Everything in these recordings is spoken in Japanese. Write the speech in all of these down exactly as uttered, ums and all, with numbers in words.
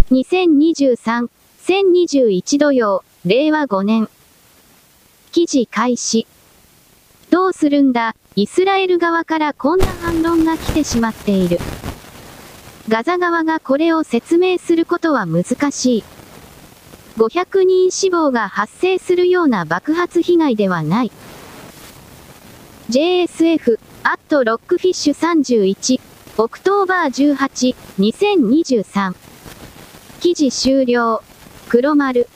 にせんにじゅうさん、せんにじゅういち土曜、れいわごねん。記事開始。どうするんだ、イスラエル側からこんな反論が来てしまっている。ガザ側がこれを説明することは難しい。ごひゃくにん死亡が発生するような爆発被害ではない。ジェーエスエフ、アットロックフィッシュさんじゅういち、オクトーバーじゅうはち、にせんにじゅうさん。記事終了。黒丸。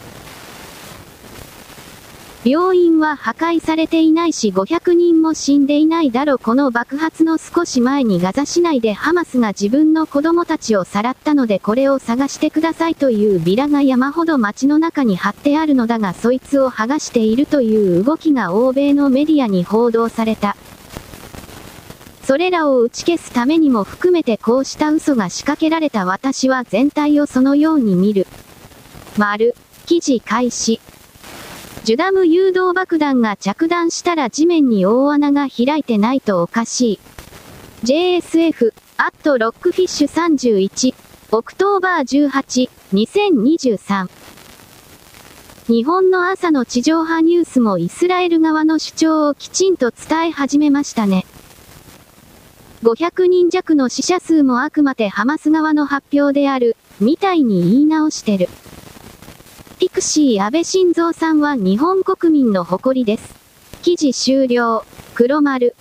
病院は破壊されていないしごひゃくにんも死んでいないだろ。この爆発の少し前にガザ市内でハマスが自分の子供たちをさらったのでこれを探してくださいというビラが山ほど街の中に貼ってあるのだがそいつを剥がしているという動きが欧米のメディアに報道された。それらを打ち消すためにも含めてこうした嘘が仕掛けられた私は全体をそのように見る。丸、記事開始。ジュダム誘導爆弾が着弾したら地面に大穴が開いてないとおかしい。ジェーエスエフ、アットロックフィッシュさんじゅういち、オクトーバーじゅうはち、にせんにじゅうさん。日本の朝の地上波ニュースもイスラエル側の主張をきちんと伝え始めましたね。ごひゃくにん弱の死者数もあくまでハマス側の発表である、みたいに言い直してる。ピクシー安倍晋三さんは日本国民の誇りです。記事終了。黒丸。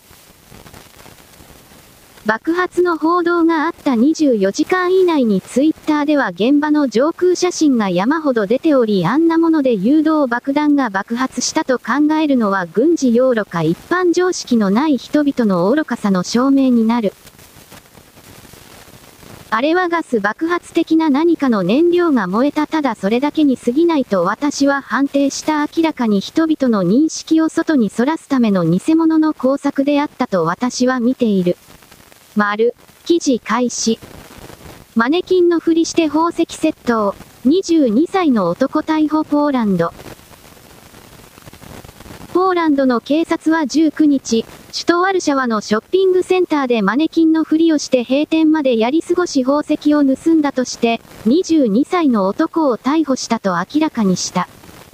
爆発の報道があったにじゅうよじかん以内にツイッターでは現場の上空写真が山ほど出ておりあんなもので誘導爆弾が爆発したと考えるのは軍事用路か一般常識のない人々の愚かさの証明になる。あれはガス爆発的な何かの燃料が燃えたただそれだけに過ぎないと私は判定した明らかに人々の認識を外にそらすための偽物の工作であったと私は見ている。丸、記事開始。マネキンのふりして宝石窃盗。にじゅうにさいの男逮捕ポーランド。ポーランドの警察はじゅうくにち、首都ワルシャワのショッピングセンターでマネキンのふりをして閉店までやり過ごし宝石を盗んだとして、にじゅうにさいの男を逮捕したと明らかにした。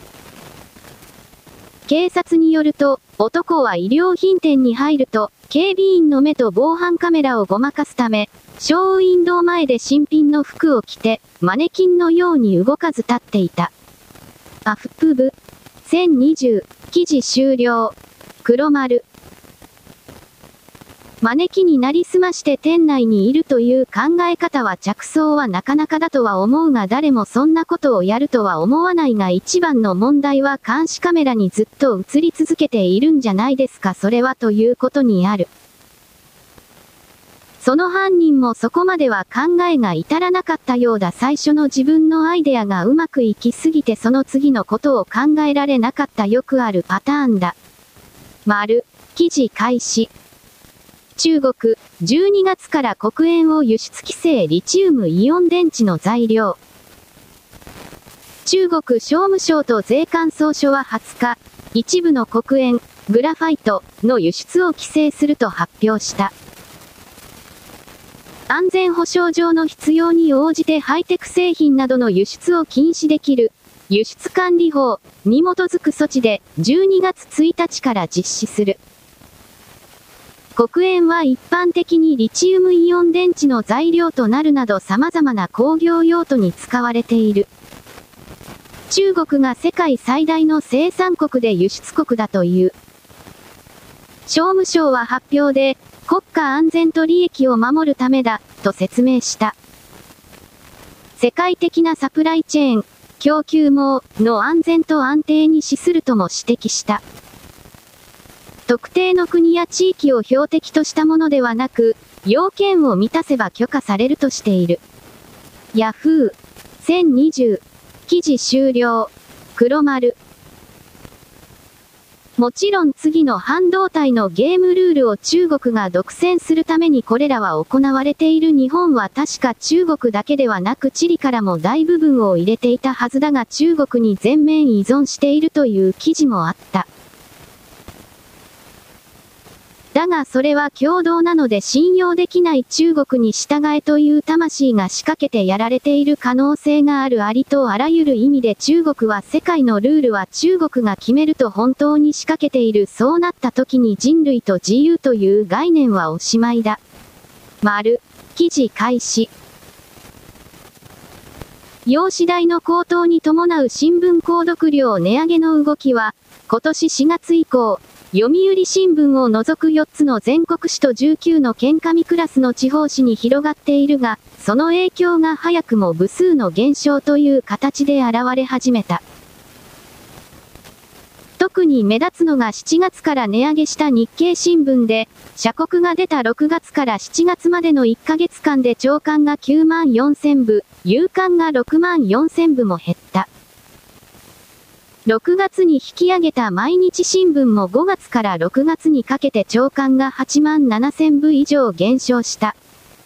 警察によると、男は衣料品店に入ると、警備員の目と防犯カメラをごまかすため、ショーウィンドウ前で新品の服を着て、マネキンのように動かず立っていた。アフプブ。せんにじゅう、記事終了。黒丸。招きになりすまして店内にいるという考え方は着想はなかなかだとは思うが誰もそんなことをやるとは思わないが一番の問題は監視カメラにずっと映り続けているんじゃないですかそれはということにある。その犯人もそこまでは考えが至らなかったようだ最初の自分のアイデアがうまくいきすぎてその次のことを考えられなかったよくあるパターンだ。丸、記事開始。中国、じゅうにがつから黒鉛を輸出規制リチウムイオン電池の材料。中国商務省と税関総署ははつか、一部の黒鉛、グラファイトの輸出を規制すると発表した。安全保障上の必要に応じてハイテク製品などの輸出を禁止できる、輸出管理法に基づく措置でじゅうにがつついたちから実施する。黒鉛は一般的にリチウムイオン電池の材料となるなど様々な工業用途に使われている。中国が世界最大の生産国で輸出国だという。商務省は発表で、国家安全と利益を守るためだ、と説明した。世界的なサプライチェーン、供給網の安全と安定に資するとも指摘した。特定の国や地域を標的としたものではなく、要件を満たせば許可されるとしている。ヤフー、せんにじゅう、記事終了。黒丸。もちろん次の半導体のゲームルールを中国が独占するためにこれらは行われている日本は確か中国だけではなくチリからも大部分を入れていたはずだが中国に全面依存しているという記事もあった。 だがそれは共同なので信用できない中国に従えという魂が仕掛けてやられている可能性がある。ありとあらゆる意味で中国は世界のルールは中国が決めると本当に仕掛けている。そうなった時に人類と自由という概念はおしまいだ。丸。記事開始。用紙代の高騰に伴う新聞購読料値上げの動きは、今年しがつ以降、読売新聞を除くよっつの全国紙とじゅうきゅうの県上クラスの地方紙に広がっているが、その影響が早くも部数の減少という形で現れ始めた。特に目立つのがしちがつから値上げした日経新聞で、社国が出たろくがつからしちがつまでのいっかげつかんで朝刊がきゅうまんよんせんぶ、夕刊がろくまんよんせんぶも減った。ろくがつに引き上げた毎日新聞もごがつからろくがつにかけて朝刊がはちまんななせんぶ以上減少した。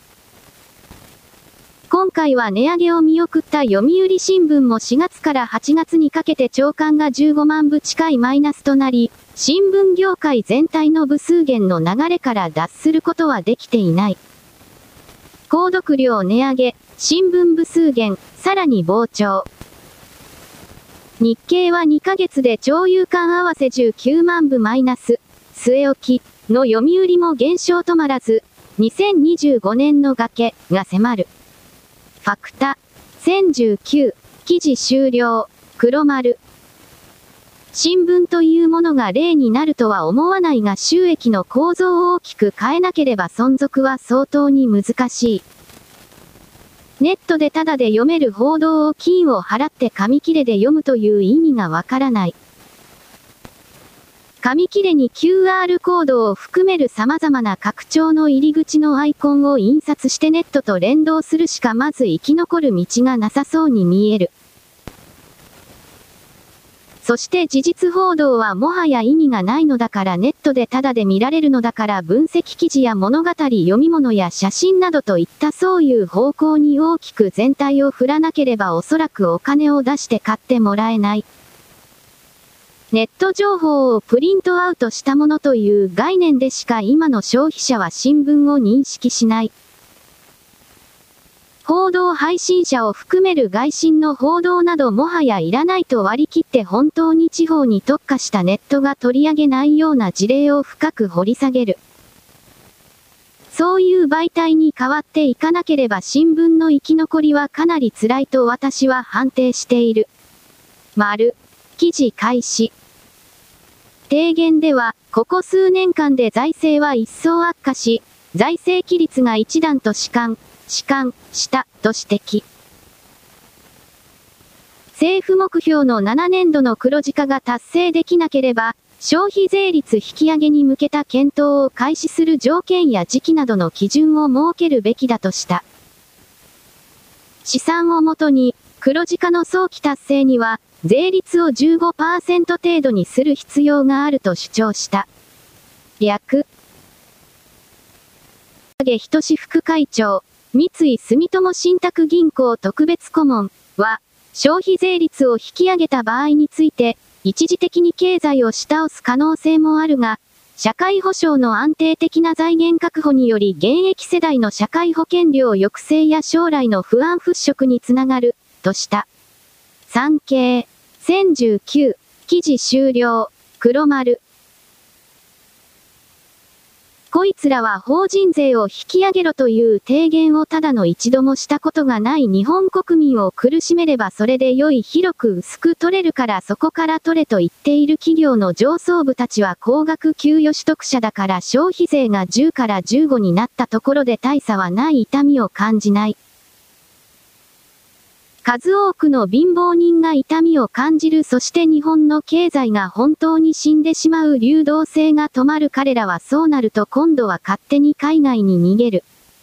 今回は値上げを見送った読売新聞もしがつからはちがつにかけて朝刊がじゅうごまんぶ近いマイナスとなり、新聞業界全体の部数減の流れから脱することはできていない。購読料値上げ、新聞部数減、さらに膨張。日経はにかげつで朝夕刊合わせじゅうきゅうまんぶマイナス、据え置きの読売も減少止まらず、にせんにじゅうごねんの崖が迫る。ファクタ。せんじゅうきゅう。記事終了。黒丸。新聞というものが例になるとは思わないが収益の構造を大きく変えなければ存続は相当に難しい。ネットでタダで読める報道を金を払って紙切れで読むという意味がわからない。紙切れに キューアール コードを含める様々な拡張の入り口のアイコンを印刷してネットと連動するしかまず生き残る道がなさそうに見える。そして事実報道はもはや意味がないのだからネットでタダで見られるのだから分析記事や物語読み物や写真などといったそういう方向に大きく全体を振らなければおそらくお金を出して買ってもらえない。ネット情報をプリントアウトしたものという概念でしか今の消費者は新聞を認識しない。報道配信者を含める外信の報道などもはやいらないと割り切って本当に地方に特化したネットが取り上げないような事例を深く掘り下げる。そういう媒体に変わっていかなければ新聞の生き残りはかなり辛いと私は判定している。丸。記事開始。提言では、ここ数年間で財政は一層悪化し、財政規律が一段と弛緩、弛緩したと指摘。政府目標のななねんどの黒字化が達成できなければ、消費税率引き上げに向けた検討を開始する条件や時期などの基準を設けるべきだとした。試算をもとに、黒字化の早期達成には、税率を じゅうごパーセント 程度にする必要があると主張した。略。影仁副会長、三井住友信託銀行特別顧問は、消費税率を引き上げた場合について、一時的に経済を下押す可能性もあるが、社会保障の安定的な財源確保により現役世代の社会保険料抑制や将来の不安払拭につながる、とした。産経。せんじゅうきゅう。記事終了。黒丸。こいつらは法人税を引き上げろという提言をただの一度もしたことがない日本国民を苦しめればそれで良い広く薄く取れるからそこから取れと言っている企業の上層部たちは高額給与取得者だから消費税がじゅうからじゅうごになったところで大差はない痛みを感じない。数多くの貧乏人が痛みを感じるそして日本の経済が本当に死んでしまう流動性が止まる彼らはそうなると今度は勝手に海外に逃げる。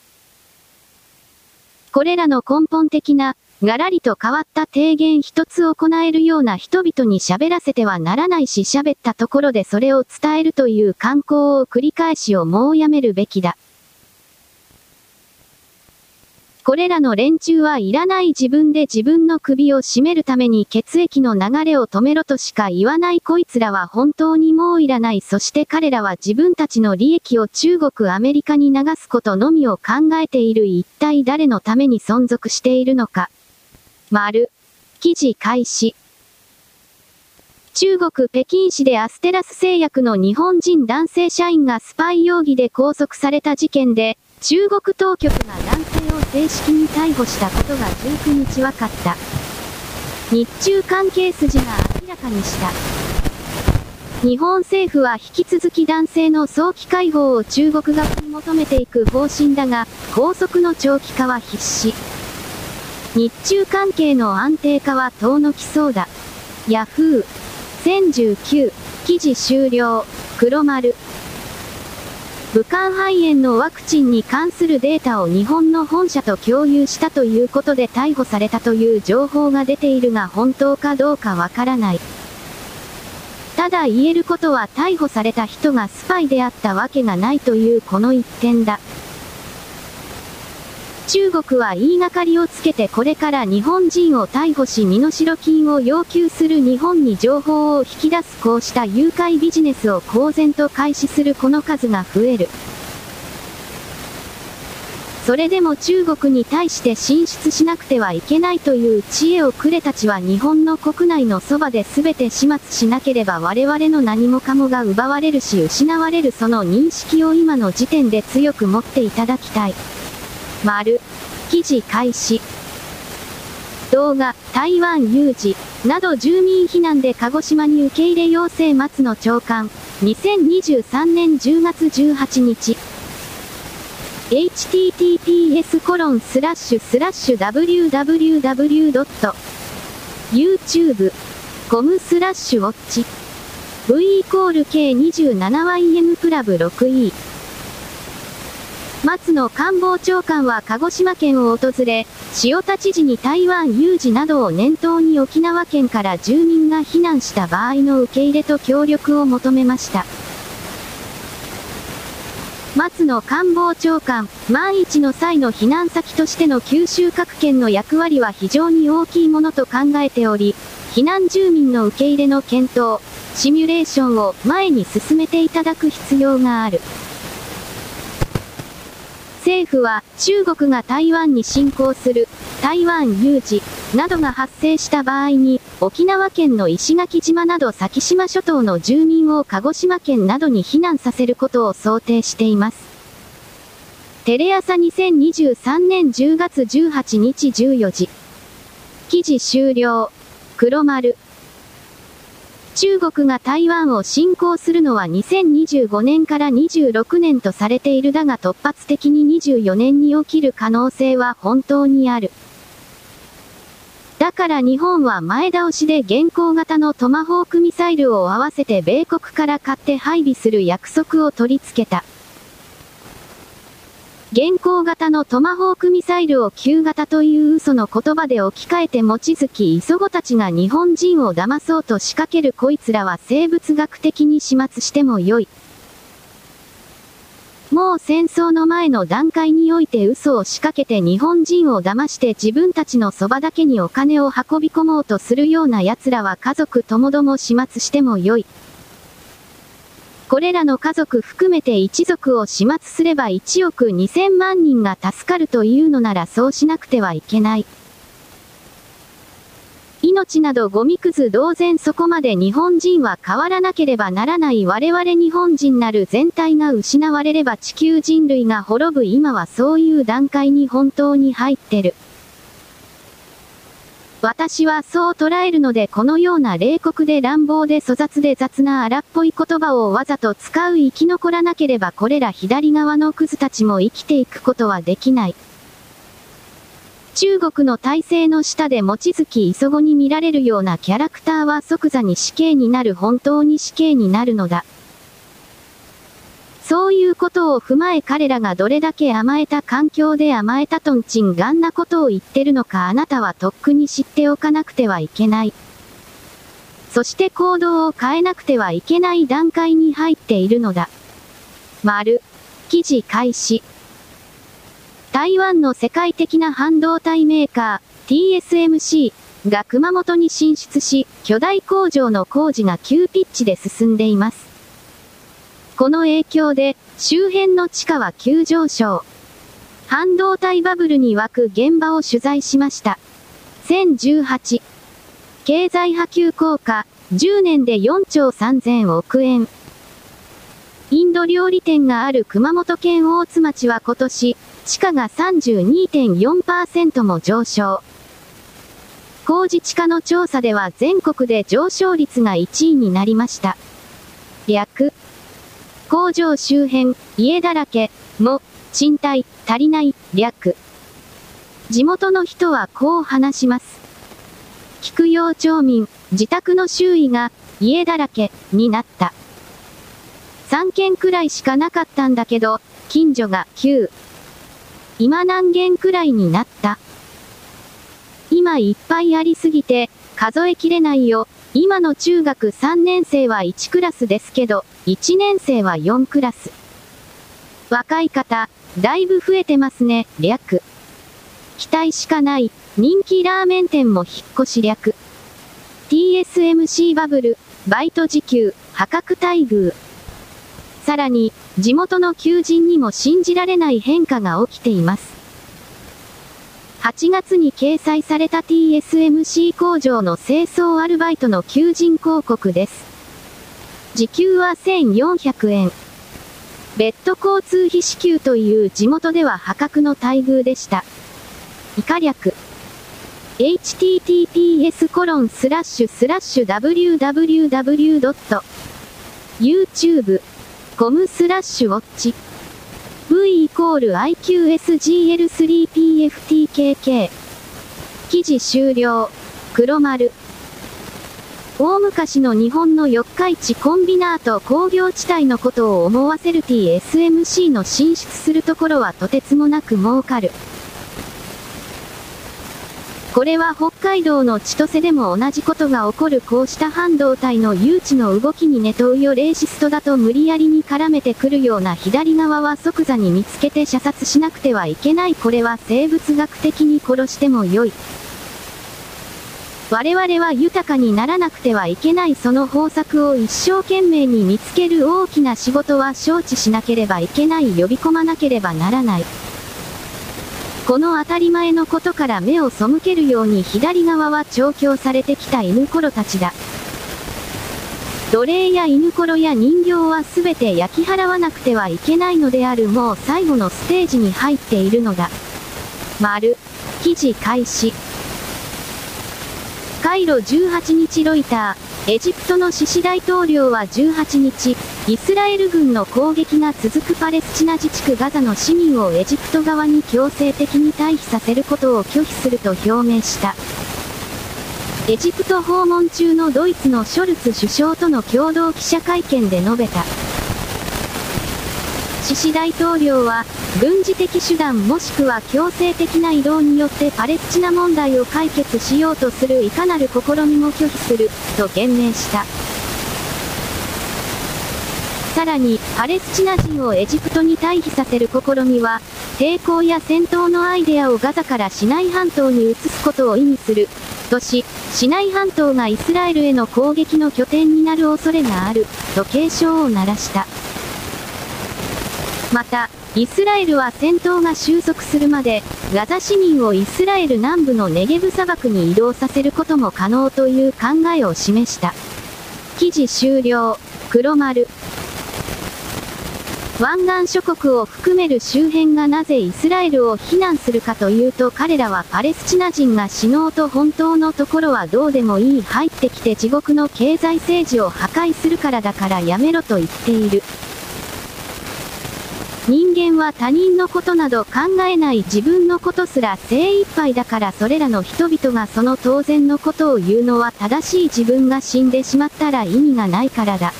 これらの根本的な、がらりと変わった提言一つ行えるような人々に喋らせてはならないし喋ったところでそれを伝えるという慣行を繰り返しをもうやめるべきだ。 これらの連中はいらない自分で自分の首を絞めるために血液の流れを止めろとしか言わないこいつらは本当にもういらない。そして彼らは自分たちの利益を中国アメリカに流すことのみを考えている。一体誰のために存続しているのか。丸。記事開始。中国北京市でアステラス製薬の日本人男性社員がスパイ容疑で拘束された事件で、中国当局が男性を正式に逮捕したことがじゅうくにち分かった。日中関係筋が明らかにした。日本政府は引き続き男性の早期解放を中国側に求めていく方針だが、拘束の長期化は必至。日中関係の安定化は遠のきそうだ。ヤフー。せんじゅうきゅう。記事終了。黒丸。武漢肺炎のワクチンに関するデータを日本の本社と共有したということで逮捕されたという情報が出ているが本当かどうかわからない。ただ言えることは逮捕された人がスパイであったわけがないというこの一点だ。中国は言いがかりをつけてこれから日本人を逮捕し身代金を要求する日本に情報を引き出すこうした誘拐ビジネスを公然と開始するこの数が増える。それでも中国に対して進出しなくてはいけないという知恵をくれたちは日本の国内のそばで全て始末しなければ我々の何もかもが奪われるし失われる。その認識を今の時点で強く持っていただきたい。丸。記事開始。動画、台湾有事、など住民避難で鹿児島に受け入れ要請松野長官、にせんにじゅうさんねんじゅうがつじゅうはちにち。エイチティーティーピーエスコロンスラッシュスラッシュダブリューダブリューダブリュードットユーチューブドットコムスラッシュウォッチ V イコール ケーにじゅうななワイエム プラブ ろくイー松野官房長官は鹿児島県を訪れ、塩田知事に台湾有事などを念頭に沖縄県から住民が避難した場合の受け入れと協力を求めました。松野官房長官、万一の際の避難先としての九州各県の役割は非常に大きいものと考えており、避難住民の受け入れの検討、シミュレーションを前に進めていただく必要がある。政府は中国が台湾に侵攻する台湾有事などが発生した場合に沖縄県の石垣島など先島諸島の住民を鹿児島県などに避難させることを想定しています。テレ朝にせんにじゅうさんねんじゅうがつじゅうはちにちじゅうよじ。記事終了。黒丸。中国が台湾を侵攻するのはにせんにじゅうごねんからにじゅうろくねんとされているだが突発的ににじゅうよねんに起きる可能性は本当にある。だから日本は前倒しで現行型のトマホークミサイルを合わせて米国から買って配備する約束を取り付けた。現行型のトマホークミサイルを旧型という嘘の言葉で置き換えて望月磯子たちが日本人を騙そうと仕掛けるこいつらは生物学的に始末してもよい。もう戦争の前の段階において嘘を仕掛けて日本人を騙して自分たちのそばだけにお金を運び込もうとするような奴らは家族ともども始末してもよい。これらの家族含めて一族を始末すればいちおくにせんまんにんが助かるというのならそうしなくてはいけない。命などゴミくず同然そこまで日本人は変わらなければならない我々日本人なる全体が失われれば地球人類が滅ぶ今はそういう段階に本当に入ってる。私はそう捉えるのでこのような冷酷で乱暴で粗雑で雑な荒っぽい言葉をわざと使う生き残らなければこれら左側のクズたちも生きていくことはできない。中国の体制の下で望月磯子に見られるようなキャラクターは即座に死刑になる本当に死刑になるのだ。そういうことを踏まえ彼らがどれだけ甘えた環境で甘えたとんちんがんなことを言ってるのかあなたはとっくに知っておかなくてはいけない。そして行動を変えなくてはいけない段階に入っているのだ。丸。記事開始。 台湾の世界的な半導体メーカー、ティーエスエムシー が熊本に進出し、巨大工場の工事が急ピッチで進んでいます。この影響で、周辺の地価は急上昇。半導体バブルに沸く現場を取材しました。せんじゅうはち。経済波及効果、じゅうねんでよんちょうさんぜんおくえん。インド料理店がある熊本県大津町は今年、地価が さんじゅうにてんよんパーセント も上昇。工事地価の調査では全国で上昇率がいちいになりました。略。工場周辺、家だらけ、も、賃貸、足りない、略。地元の人はこう話します。菊陽町民、自宅の周囲が、家だらけ、になった。さんけんくらいしかなかったんだけど、近所がきゅう。今何軒くらいになった？今いっぱいありすぎて、数えきれないよ。今の中学さんねん生はいちクラスですけど、いちねん生はよんクラス。若い方、だいぶ増えてますね、略。期待しかない、人気ラーメン店も引っ越し略。ティーエスエムシー バブル、バイト時給、破格待遇。さらに、地元の求人にも信じられない変化が起きています。はちがつに掲載された ティーエスエムシー 工場の清掃アルバイトの求人広告です。時給はせんよんひゃくえん。別途交通費支給という地元では破格の待遇でした。以下略。エイチティーティーピーエスコロンスラッシュスラッシュダブリューダブリューダブリュードットユーチューブドットコムスラッシュウォッチ V イコール アイキューエスジーエルスリーピーエフティーケーケー 記事終了。黒丸。大昔の日本の四日市コンビナート工業地帯のことを思わせる ティーエスエムシー の進出するところはとてつもなく儲かる。これは北海道の千歳でも同じことが起こるこうした半導体の誘致の動きにネトウヨレーシストだと無理やりに絡めてくるような左側は即座に見つけて射殺しなくてはいけない。これは生物学的に殺しても良い。我々は豊かにならなくてはいけない。その方策を一生懸命に見つける大きな仕事は承知しなければいけない。呼び込まなければならない。この当たり前のことから目を背けるように左側は調教されてきた犬ころたちだ。奴隷や犬ころや人形はすべて焼き払わなくてはいけないのである。もう最後のステージに入っているのだ。丸。記事開始。カイロじゅうはちにちロイター。エジプトのシシ大統領はじゅうはちにち、イスラエル軍の攻撃が続くパレスチナ自治区ガザの市民をエジプト側に強制的に退避させることを拒否すると表明した。エジプト訪問中のドイツのショルツ首相との共同記者会見で述べた。シシ大統領は、軍事的手段もしくは強制的な移動によってパレスチナ問題を解決しようとするいかなる試みも拒否する、と言明した。さらに、パレスチナ人をエジプトに退避させる試みは、抵抗や戦闘のアイデアをガザからシナイ半島に移すことを意味する、とし、シナイ半島がイスラエルへの攻撃の拠点になる恐れがある、と警鐘を鳴らした。また、イスラエルは戦闘が収束するまで、ガザ市民をイスラエル南部のネゲブ砂漠に移動させることも可能という考えを示した。記事終了。黒丸。湾岸諸国を含める周辺がなぜイスラエルを非難するかというと、彼らはパレスチナ人が死のうと本当のところはどうでもいい、入ってきて地獄の経済政治を破壊するからだからやめろと言っている。人間は他人のことなど考えない。自分のことすら精一杯だから、それらの人々がその当然のことを言うのは正しい。自分が死んでしまったら意味がないからだ。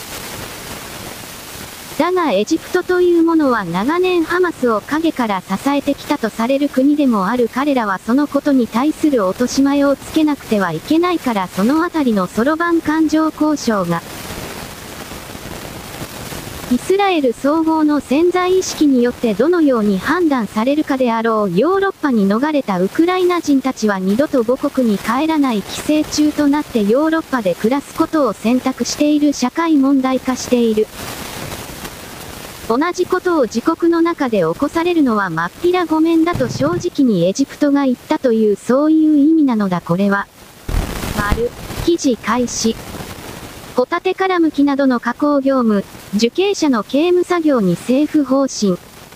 だがエジプトというものは長年ハマスを陰から支えてきたとされる国でもある。彼らはそのことに対する落とし前をつけなくてはいけないから、そのあたりのそろばん感情交渉がイスラエル総合の潜在意識によってどのように判断されるかであろうヨーロッパに逃れたウクライナ人たちは二度と母国に帰らない寄生虫となってヨーロッパで暮らすことを選択している社会問題化している。同じことを自国の中で起こされるのはまっぴらごめんだと正直にエジプトが言ったというそういう意味なのだこれは。丸、記事開始。ホタテ殻むきなどの加工業務、受刑者の刑務作業に政府方針。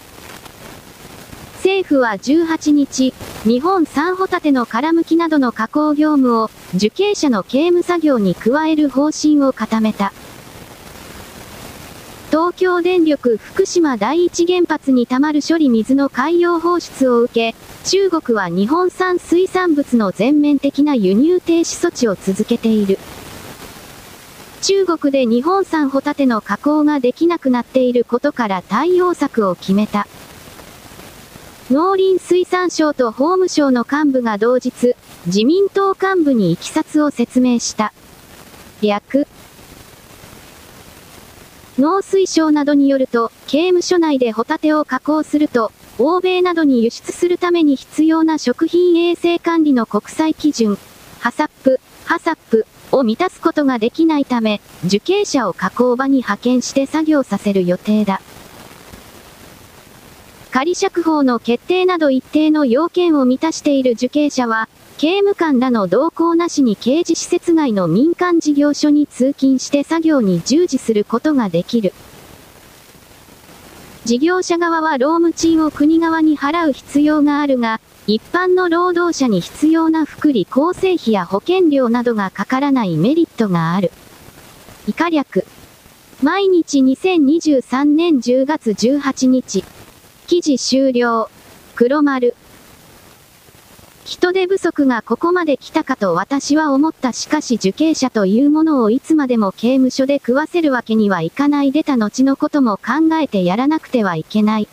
政府はじゅうはちにち、日本産ホタテの殻むきなどの加工業務を受刑者の刑務作業に加える方針を固めた。東京電力福島第一原発にたまる処理水の海洋放出を受け、中国は日本産水産物の全面的な輸入停止措置を続けている。中国で日本産ホタテの加工ができなくなっていることから対応策を決めた。農林水産省と法務省の幹部が同日、自民党幹部にいきさつを説明した。略。農水省などによると、刑務所内でホタテを加工すると、欧米などに輸出するために必要な食品衛生管理の国際基準、ハサップ、ハサップを満たすことができないため、受刑者を加工場に派遣して作業させる予定だ。仮釈放の決定など一定の要件を満たしている受刑者は、刑務官らの同行なしに刑事施設外の民間事業所に通勤して作業に従事することができる。事業者側は労務賃を国側に払う必要があるが、一般の労働者に必要な福利厚生費や保険料などがかからないメリットがある。以下略。毎日にせんにじゅうさんねんじゅうがつじゅうはちにち。記事終了。黒丸。人手不足がここまで来たかと私は思った。しかし受刑者というものをいつまでも刑務所で食わせるわけにはいかない。出た後のことも考えてやらなくてはいけない。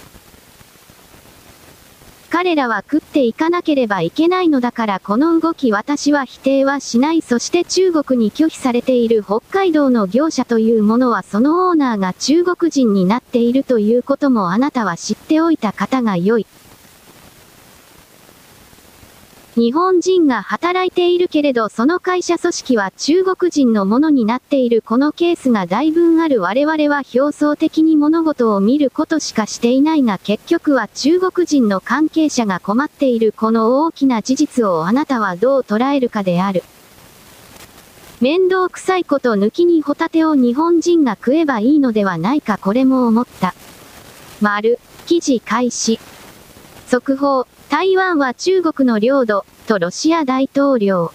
彼らは食っていかなければいけないのだからこの動き私は否定はしない。そして中国に拒否されている北海道の業者というものはそのオーナーが中国人になっているということもあなたは知っておいた方が良い。日本人が働いているけれどその会社組織は中国人のものになっている。このケースが大分ある。我々は表層的に物事を見ることしかしていないが結局は中国人の関係者が困っている。この大きな事実をあなたはどう捉えるかである。面倒くさいこと抜きにホタテを日本人が食えばいいのではないか。これも思った。丸、記事開始。速報。台湾は中国の領土、とロシア大統領。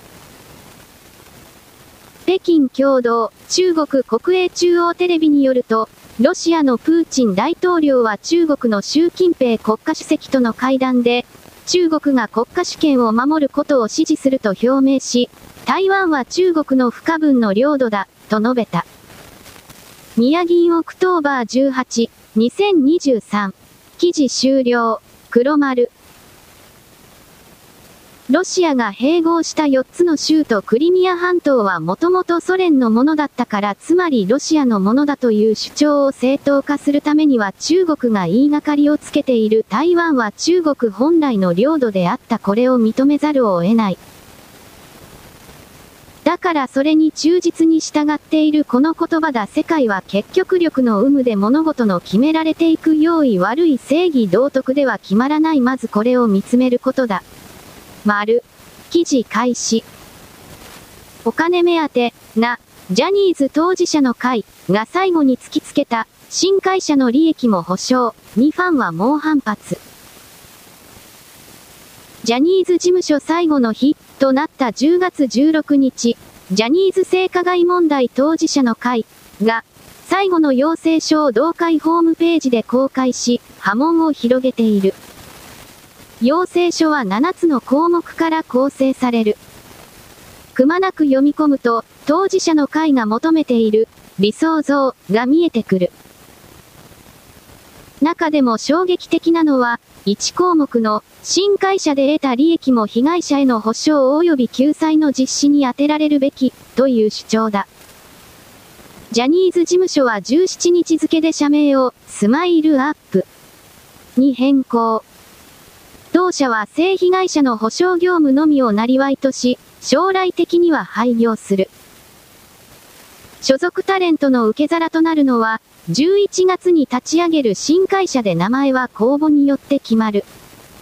北京共同、中国国営中央テレビによると、ロシアのプーチン大統領は中国の習近平国家主席との会談で、中国が国家主権を守ることを支持すると表明し、台湾は中国の不可分の領土だ、と述べた。宮銀オクトーバーじゅうはち、にせんにじゅうさん。記事終了。黒丸。ロシアが併合したよっつの州とクリミア半島はもともとソ連のものだったから、つまりロシアのものだという主張を正当化するためには中国が言いがかりをつけている。台湾は中国本来の領土であった。これを認めざるを得ない。だからそれに忠実に従っているこの言葉だ。世界は結局力の有無で物事の決められていく。用意悪い正義道徳では決まらない。まずこれを見つめることだ。丸。記事開始。お金目当て、な、ジャニーズ当事者の会が最後に突きつけた、新会社の利益も保証にファンは猛反発。ジャニーズ事務所最後の日となったじゅうがつじゅうろくにち、ジャニーズ性加害問題当事者の会が、最後の要請書を同会ホームページで公開し、波紋を広げている。要請書はななつの項目から構成される。くまなく読み込むと、当事者の会が求めている理想像が見えてくる。中でも衝撃的なのは、いち項目の新会社で得た利益も被害者への補償及び救済の実施に充てられるべきという主張だ。 ジャニーズ事務所はじゅうしちにち付で社名をスマイルアップに変更。同社は性被害者の補償業務のみを生業とし、将来的には廃業する。所属タレントの受け皿となるのは、じゅういちがつに立ち上げる新会社で名前は公募によって決まる。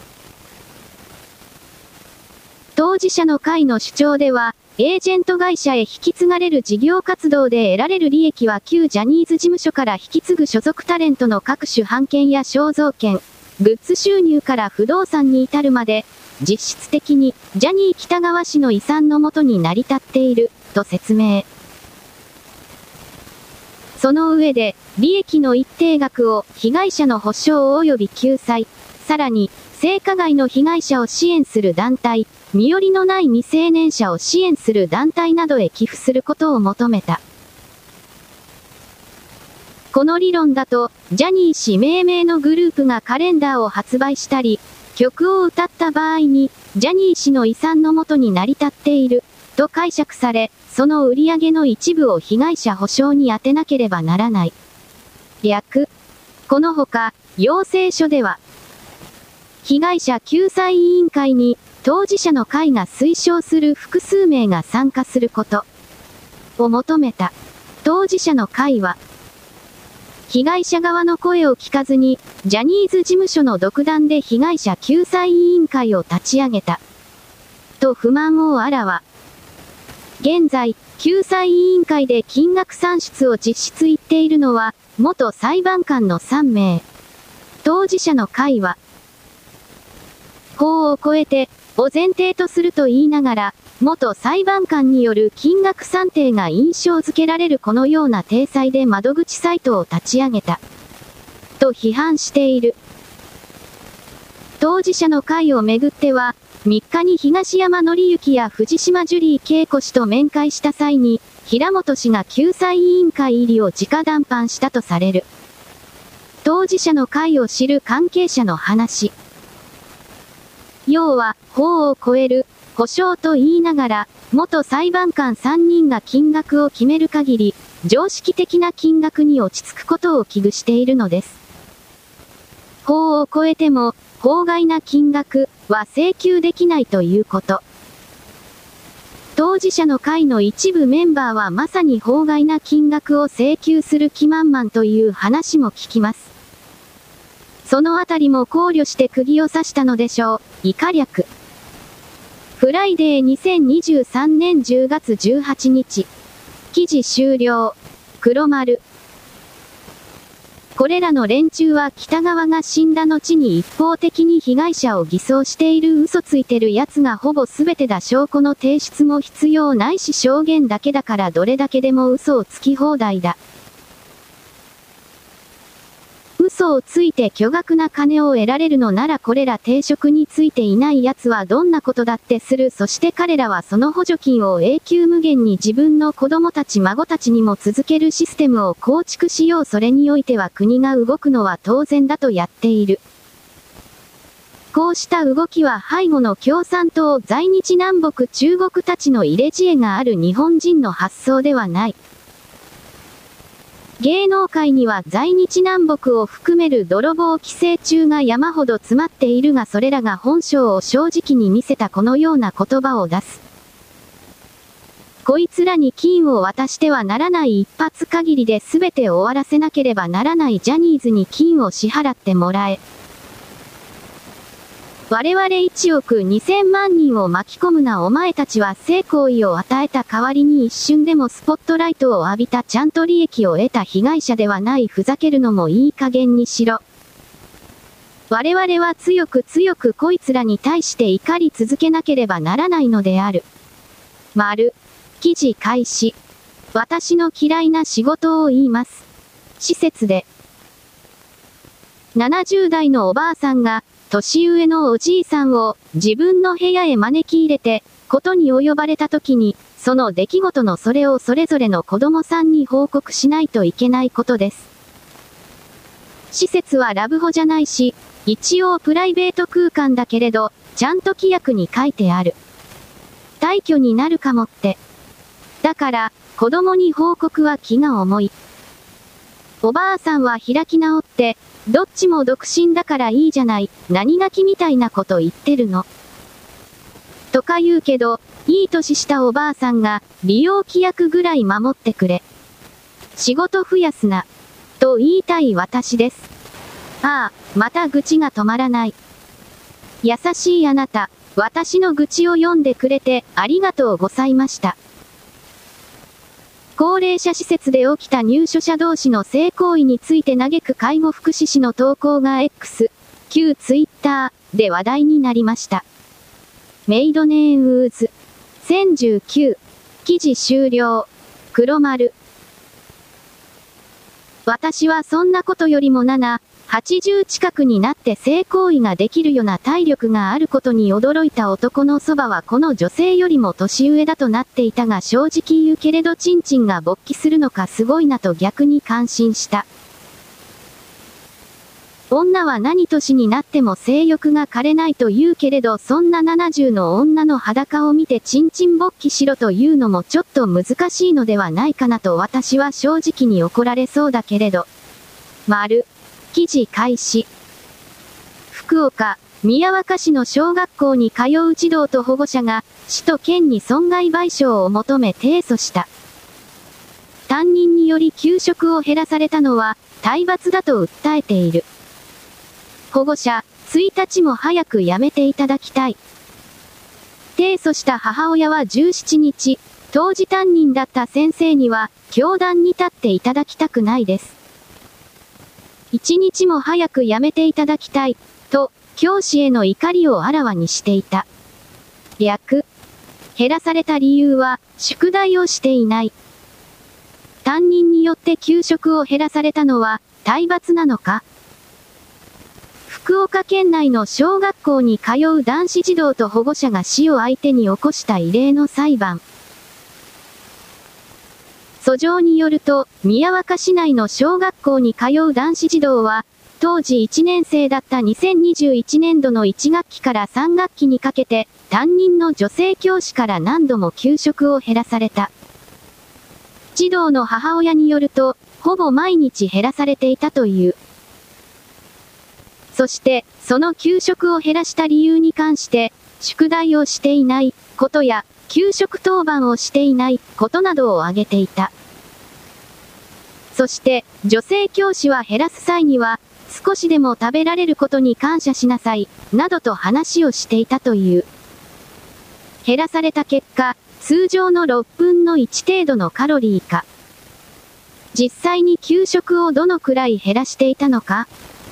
当事者の会の主張では、エージェント会社へ引き継がれる事業活動で得られる利益は旧ジャニーズ事務所から引き継ぐ所属タレントの各種版権や肖像権、グッズ収入から不動産に至るまで、実質的にジャニー喜多川氏の遺産のもとに成り立っている、と説明。その上で、利益の一定額を被害者の補償及び救済、さらに、性加害の被害者を支援する団体、身寄りのない未成年者を支援する団体などへ寄付することを求めた。この理論だと、ジャニー氏命名のグループがカレンダーを発売したり、曲を歌った場合に、ジャニー氏の遺産のもとに成り立っている、と解釈され、その売上の一部を被害者補償に充てなければならない。略。このほか、要請書では、被害者救済委員会に、当事者の会が推奨する複数名が参加すること、を求めた。当事者の会は、被害者側の声を聞かずに、ジャニーズ事務所の独断で被害者救済委員会を立ち上げた。と不満をあらわ。現在、救済委員会で金額算出を実質言っているのは、元裁判官のさんめい。当事者の会は、法を超えて、を前提とすると言いながら、元裁判官による金額算定が印象づけられるこのような体裁で窓口サイトを立ち上げた。と批判している。当事者の会をめぐっては、みっかに東山紀之や藤島ジュリー景子氏と面会した際に、平本氏が救済委員会入りを直談判したとされる。当事者の会を知る関係者の話。要は、法を超える、補償と言いながら、元裁判官さんにんが金額を決める限り、常識的な金額に落ち着くことを危惧しているのです。法を超えても、法外な金額は請求できないということ。当事者の会の一部メンバーはまさに法外な金額を請求する気満々という話も聞きます。そのあたりも考慮して釘を刺したのでしょう。以下略。フライデーにせんにじゅうさんねんじゅうがつじゅうはちにち。記事終了。黒丸。これらの連中は北川が死んだ後に一方的に被害者を偽装している嘘ついてるやつがほぼ全てだ。証拠の提出も必要ないし証言だけだからどれだけでも嘘をつき放題だ。嘘をついて巨額な金を得られるのならこれら定職についていない奴はどんなことだってする。そして彼らはその補助金を永久無限に自分の子供たち孫たちにも続けるシステムを構築しよう。それにおいては国が動くのは当然だとやっている。こうした動きは背後の共産党在日南北中国たちの入れ知恵がある日本人の発想ではない。芸能界には在日南北を含める泥棒寄生虫が山ほど詰まっているがそれらが本性を正直に見せたこのような言葉を出す。こいつらに金を渡してはならない一発限りで全て終わらせなければならない。ジャニーズに金を支払ってもらえ。我々いちおくにせんまんにんを巻き込むな。お前たちは性行為を与えた代わりに一瞬でもスポットライトを浴びたちゃんと利益を得た被害者ではない。ふざけるのもいい加減にしろ。我々は強く強くこいつらに対して怒り続けなければならないのである。丸。記事開始。私の嫌いな仕事を言います。施設で。ななじゅうだいのおばあさんが、年上のおじいさんを自分の部屋へ招き入れて、ことに及ばれた時に、その出来事のそれをそれぞれの子供さんに報告しないといけないことです。施設はラブホじゃないし、一応プライベート空間だけれど、ちゃんと規約に書いてある。退去になるかもって。だだから、子供に報告は気が重い。おばあさんは開き直って、どっちも独身だからいいじゃない、何がきみたいなこと言ってるの。とか言うけど、いい年したおばあさんが、利用規約ぐらい守ってくれ。仕事増やすな。と言いたい私です。ああ、また愚痴が止まらない。優しいあなた、私の愚痴を読んでくれて、ありがとうございました。高齢者施設で起きた入所者同士の性行為について嘆く介護福祉士の投稿が X、旧ツイッターで話題になりました。メイドネームウーズ。せんじゅうきゅう。記事終了。黒丸。私はそんなことよりもなな、はちじゅう近くになって性行為ができるような体力があることに驚いた男のそばはこの女性よりも年上だとなっていたが正直言うけれどチンチンが勃起するのかすごいなと逆に感心した。女は何年になっても性欲が枯れないと言うけれどそんなななじゅうの女の裸を見てチンチン勃起しろというのもちょっと難しいのではないかなと私は正直に怒られそうだけれど。丸。記事開始。福岡、宮若市の小学校に通う児童と保護者が、市と県に損害賠償を求め提訴した。担任により給食を減らされたのは、体罰だと訴えている。保護者、いちにちも早くやめていただきたい。提訴した母親はじゅうしちにち、当時担任だった先生には、教壇に立っていただきたくないです。一日も早くやめていただきたい、と、教師への怒りをあらわにしていた。略。減らされた理由は、宿題をしていない。担任によって給食を減らされたのは、体罰なのか？福岡県内の小学校に通う男子児童と保護者が市を相手に起こした異例の裁判。訴状によると、宮若市内の小学校に通う男子児童は、当時いちねん生だったにせんにじゅういちねんどのいち学期からさん学期にかけて、担任の女性教師から何度も給食を減らされた。児童の母親によると、ほぼ毎日減らされていたという。そして、その給食を減らした理由に関して、宿題をしていないことや、給食当番をしていないことなどを挙げていた。そして、女性教師は減らす際には、少しでも食べられることに感謝しなさい、などと話をしていたという。減らされた結果、通常のろっぷんのいち程度のカロリーか。実際に給食をどのくらい減らしていたのか？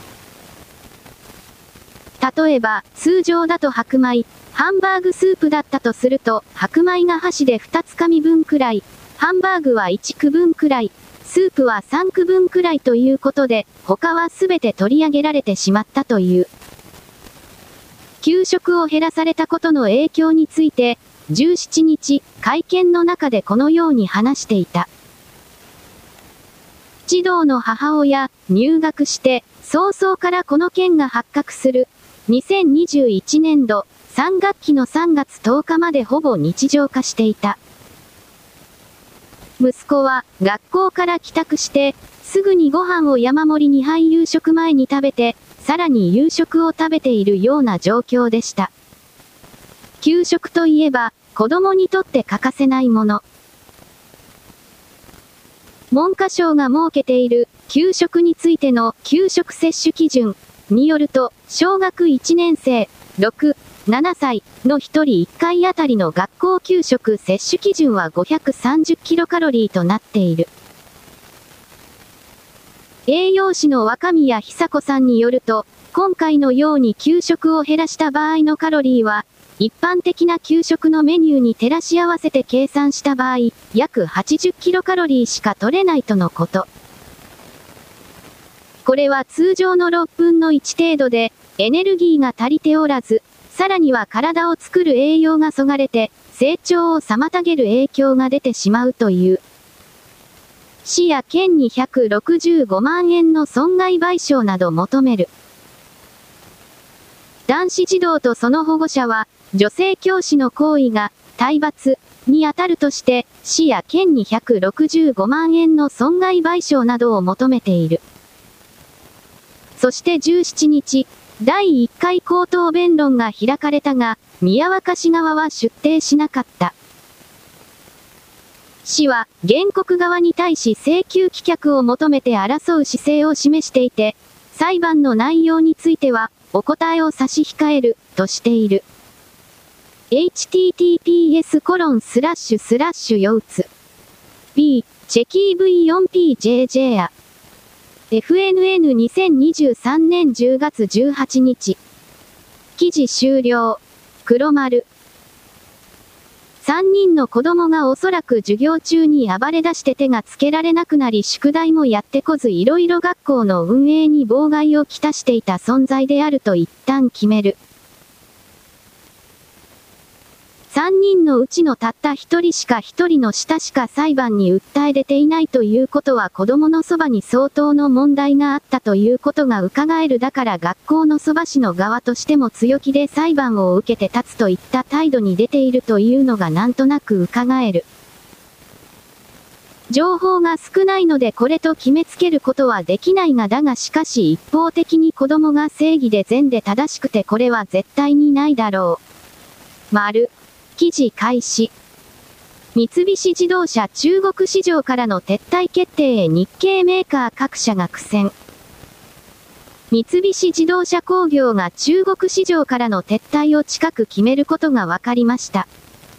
例えば、通常だと白米、ハンバーグスープだったとすると、白米が箸でにつかみぶんくらい、ハンバーグはいちくぶんくらい、スープはさんくぶんくらいということで、他はすべて取り上げられてしまったという。給食を減らされたことの影響について、じゅうしちにち、会見の中でこのように話していた。児童の母親、入学して、早々からこの件が発覚する。にせんにじゅういちねんど、さん学期のさんがつとおかまでほぼ日常化していた。息子は、学校から帰宅して、すぐにご飯を山盛りにはい夕食前に食べて、さらに夕食を食べているような状況でした。給食といえば、子供にとって欠かせないもの。文科省が設けている、給食についての給食摂取基準によると、小学いちねん生、ろく、ななさいのひとりいっかいあたりの学校給食摂取基準はごひゃくさんじゅっキロカロリーとなっている。栄養士の若宮久子さんによると、今回のように給食を減らした場合のカロリーは、一般的な給食のメニューに照らし合わせて計算した場合、約はちじゅっキロカロリーしか取れないとのこと。これは通常のろっぷんのいち程度で、エネルギーが足りておらず、さらには体を作る栄養がそがれて、成長を妨げる影響が出てしまうという。市や県にひゃくろくじゅうごまんえんの損害賠償など求める。男子児童とその保護者は、女性教師の行為が、体罰、 に当たるとして、市や県にひゃくろくじゅうごまんえんの損害賠償などを求めている。そしてじゅうしちにち、だいいっかい口頭弁論が開かれたが、宮若市側は出廷しなかった。市は、原告側に対し請求棄却を求めて争う姿勢を示していて、裁判の内容については、お答えを差し控える、としている。エイチティーティーピーエスコロンスラッシュスラッシュようつ B チェキー ブイよんピージェージェー あ エフエヌエヌにせんにじゅうさんねんじゅうがつじゅうはちにち記事終了黒丸さんにんの子供がおそらく授業中に暴れ出して手がつけられなくなり宿題もやってこずいろいろ学校の運営に妨害をきたしていた存在であると一旦決める。さんにんのうちのたったひとりしかひとりの下しか裁判に訴え出ていないということは子供のそばに相当の問題があったということが伺える。だから学校のそば市の側としても強気で裁判を受けて立つといった態度に出ているというのがなんとなく伺える。情報が少ないのでこれと決めつけることはできないがだがしかし一方的に子供が正義で善で正しくてこれは絶対にないだろう。丸。記事開始。三菱自動車中国市場からの撤退決定へ日系メーカー各社が苦戦。三菱自動車工業が中国市場からの撤退を近く決めることが分かりました。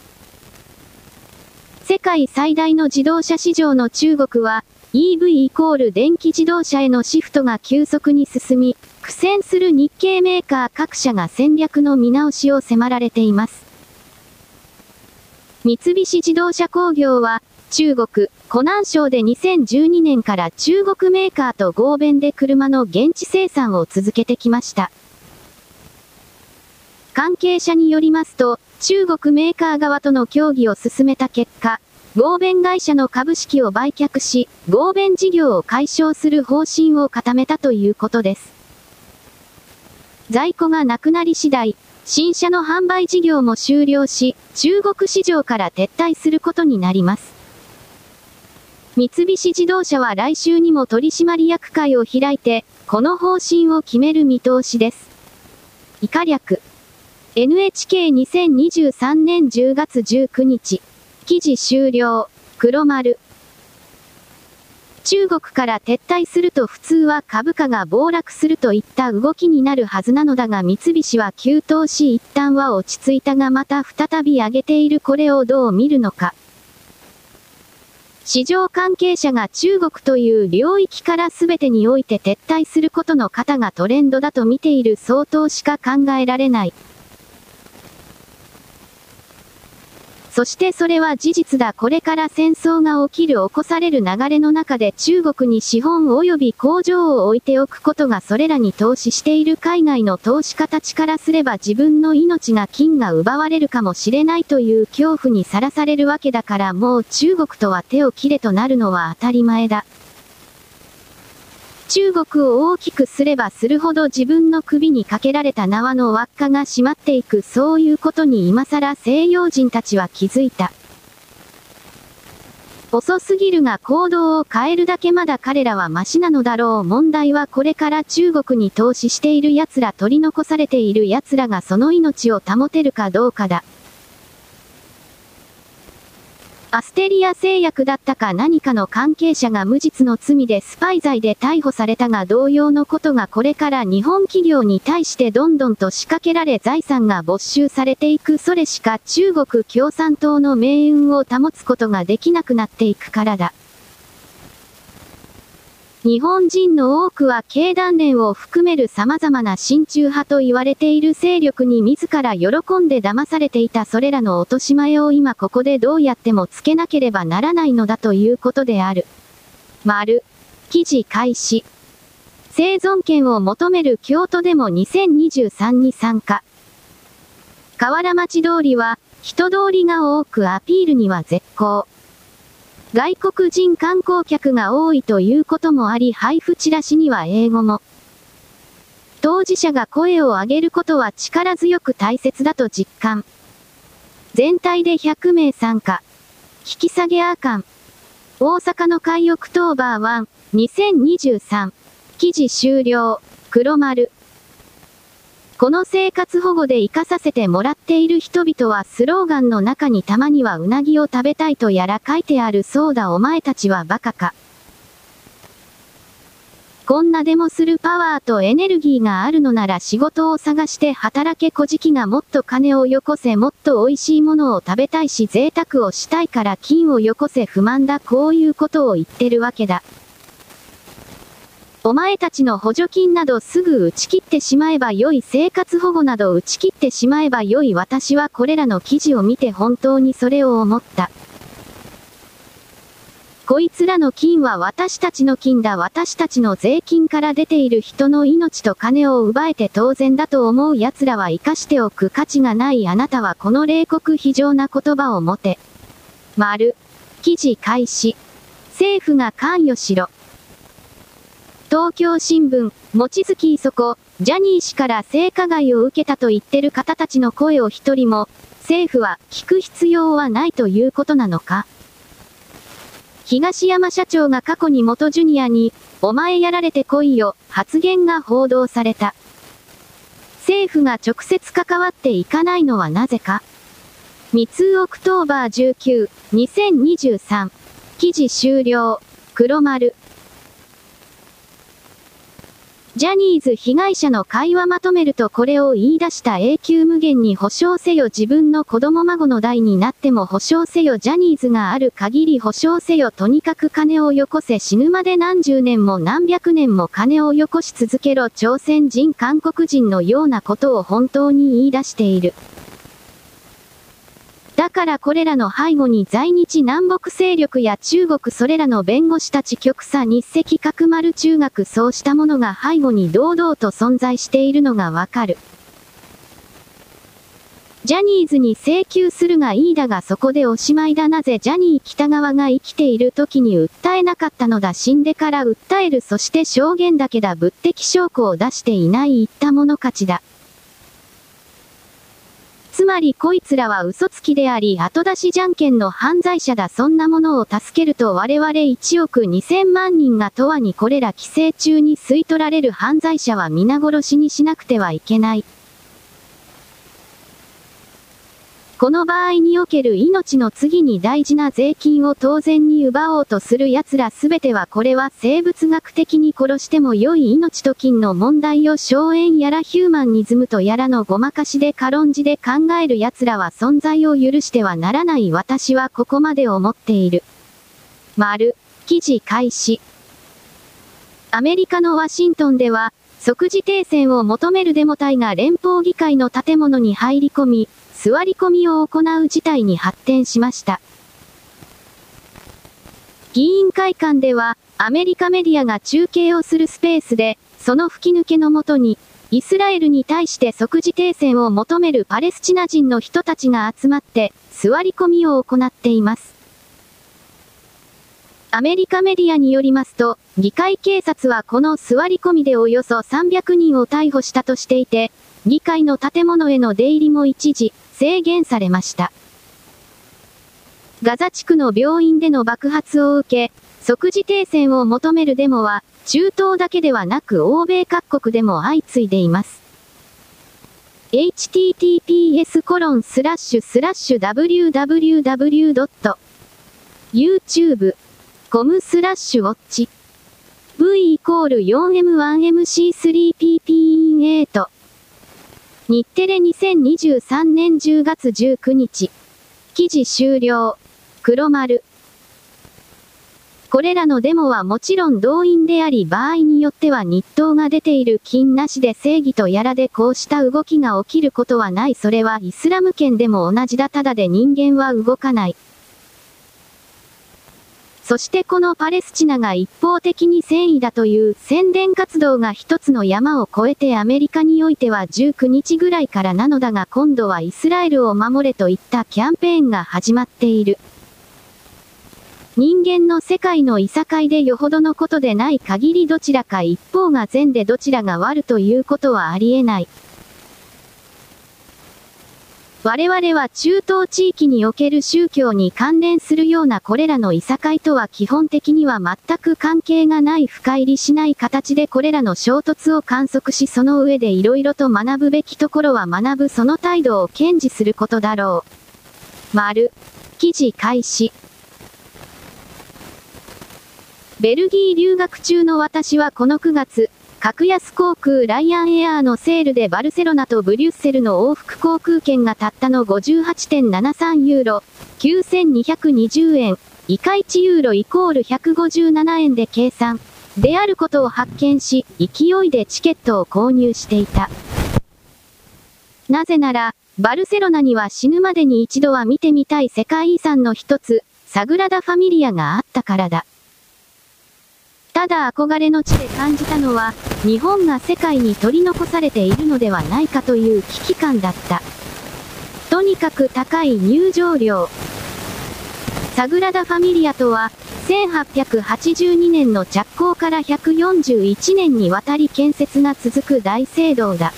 世界最大の自動車市場の中国は、イーブイ イコール電気自動車へのシフトが急速に進み、苦戦する日系メーカー各社が戦略の見直しを迫られています。三菱自動車工業は、中国、湖南省でにせんじゅうにねんから中国メーカーと合弁で車の現地生産を続けてきました。関係者によりますと、中国メーカー側との協議を進めた結果、合弁会社の株式を売却し、合弁事業を解消する方針を固めたということです。在庫がなくなり次第、新車の販売事業も終了し、中国市場から撤退することになります。三菱自動車は来週にも取締役会を開いて、この方針を決める見通しです。以下略。エヌエイチケーにせんにじゅうさんねんじゅうがつじゅうくにち。記事終了。黒丸。中国から撤退すると普通は株価が暴落するといった動きになるはずなのだが三菱は急騰し一旦は落ち着いたがまた再び上げているこれをどう見るのか。市場関係者が中国という領域から全てにおいて撤退することの方がトレンドだと見ている相当しか考えられない。そしてそれは事実だ。これから戦争が起きる起こされる流れの中で中国に資本及び工場を置いておくことがそれらに投資している海外の投資家たちからすれば自分の命が金が奪われるかもしれないという恐怖にさらされるわけだからもう中国とは手を切れとなるのは当たり前だ。中国を大きくすればするほど自分の首にかけられた縄の輪っかが締まっていくそういうことに今更西洋人たちは気づいた。遅すぎるが行動を変えるだけまだ彼らはマシなのだろう。問題はこれから中国に投資している奴ら取り残されている奴らがその命を保てるかどうかだ。アステリア製薬だったか何かの関係者が無実の罪でスパイ罪で逮捕されたが同様のことがこれから日本企業に対してどんどんと仕掛けられ財産が没収されていく。それしか中国共産党の命運を保つことができなくなっていくからだ。日本人の多くは経団連を含める様々な親中派と言われている勢力に自ら喜んで騙されていたそれらの落とし前を今ここでどうやってもつけなければならないのだということである。丸。記事開始。生存権を求める京都デモにせんにじゅうさんに参加。河原町通りは人通りが多くアピールには絶好。外国人観光客が多いということもあり配布チラシには英語も。当事者が声を上げることは力強く大切だと実感。 全体でひゃくめい参加。引き下げアーカン。大阪の海オクトーバーいち、にせんにじゅうさん。記事終了。黒丸。この生活保護で生かさせてもらっている人々はスローガンの中にたまにはうなぎを食べたいとやら書いてある。そうだお前たちはバカか。こんなでもするパワーとエネルギーがあるのなら仕事を探して働け。小じがもっと金をよこせ。もっと美味しいものを食べたいし贅沢をしたいから金をよこせ。不満だ。こういうことを言ってるわけだ。お前たちの補助金などすぐ打ち切ってしまえば良い。生活保護など打ち切ってしまえば良い。私はこれらの記事を見て本当にそれを思った。こいつらの金は私たちの金だ。私たちの税金から出ている人の命と金を奪えて当然だと思う奴らは生かしておく価値がない。あなたはこの冷酷非常な言葉を持て。丸。記事開始。政府が関与しろ。東京新聞、望月磯子、ジャニー氏から性加害を受けたと言ってる方たちの声を一人も、政府は聞く必要はないということなのか。東山社長が過去に元ジュニアに、お前やられてこいよ、発言が報道された。政府が直接関わっていかないのはなぜか。三通オクトーバーじゅうく、にせんにじゅうさん。記事終了。黒丸。ジャニーズ被害者の会話まとめるとこれを言い出した。永久無限に保証せよ。自分の子供孫の代になっても保証せよ。ジャニーズがある限り保証せよ。とにかく金をよこせ。死ぬまで何十年も何百年も金をよこし続けろ。朝鮮人韓国人のようなことを本当に言い出している。だからこれらの背後に在日南北勢力や中国それらの弁護士たち極左日赤角丸中学そうしたものが背後に堂々と存在しているのがわかる。ジャニーズに請求するがいいだがそこでおしまいだ。なぜジャニー喜多川が生きている時に訴えなかったのだ。死んでから訴える。そして証言だけだ。物的証拠を出していない。言ったもの勝ちだ。つまりこいつらは嘘つきであり後出しじゃんけんの犯罪者だ。そんなものを助けると我々いちおくにせんまんにんが永遠にこれら規制中に吸い取られる。犯罪者は皆殺しにしなくてはいけない。この場合における命の次に大事な税金を当然に奪おうとする奴らすべてはこれは生物学的に殺しても良い命と金の問題を荘園やらヒューマニズムとやらのごまかしで軽んじで考える奴らは存在を許してはならない。私はここまで思っている。丸。記事開始。アメリカのワシントンでは即時停戦を求めるデモ隊が連邦議会の建物に入り込み、座り込みを行う事態に発展しました。議員会館では、アメリカメディアが中継をするスペースで、その吹き抜けのもとに、イスラエルに対して即時停戦を求めるパレスチナ人の人たちが集まって、座り込みを行っています。アメリカメディアによりますと、議会警察はこの座り込みでおよそさんびゃくにんを逮捕したとしていて、議会の建物への出入りも一時、制限されました。ガザ地区の病院での爆発を受け、即時停戦を求めるデモは、中東だけではなく欧米各国でも相次いでいます。エイチティーティーピーエスコロンスラッシュスラッシュダブリューダブリューダブリュードットユーチューブドットコムスラッシュウォッチ V イコール よんエムワンエムシースリーピーピーインエイト日テレにせんにじゅうさんねんじゅうがつじゅうくにち。記事終了。黒丸。これらのデモはもちろん動員であり場合によっては日当が出ている金なしで正義とやらでこうした動きが起きることはない。それはイスラム圏でも同じだ。ただで人間は動かない。そしてこのパレスチナが一方的に戦意だという宣伝活動が一つの山を越えてアメリカにおいてはじゅうくにちぐらいからなのだが今度はイスラエルを守れといったキャンペーンが始まっている。人間の世界のいさかいでよほどのことでない限りどちらか一方が善でどちらが悪ということはありえない。 我々は中東地域における宗教に関連するようなこれらのいさかいとは基本的には全く関係がない深入りしない形でこれらの衝突を観測しその上で色々と学ぶべきところは学ぶその態度を堅持することだろう。丸。記事開始。ベルギー留学中の私はこのくがつ、格安航空ライアンエアーのセールでバルセロナとブリュッセルの往復航空券がたったの ごじゅうはちてんななさん ユーロ、きゅうせんにひゃくにじゅうえん、以下いちユーロイコールひゃくごじゅうななえんで計算、であることを発見し、勢いでチケットを購入していた。なぜなら、バルセロナには死ぬまでに一度は見てみたい世界遺産の一つ、サグラダ・ファミリアがあったからだ。ただ憧れの地で感じたのは、日本が世界に取り残されているのではないかという危機感だった。とにかく高い入場料。サグラダ・ファミリアとは、せんはっぴゃくはちじゅうにねんの着工からひゃくよんじゅういちねんにわたり建設が続く大聖堂だ。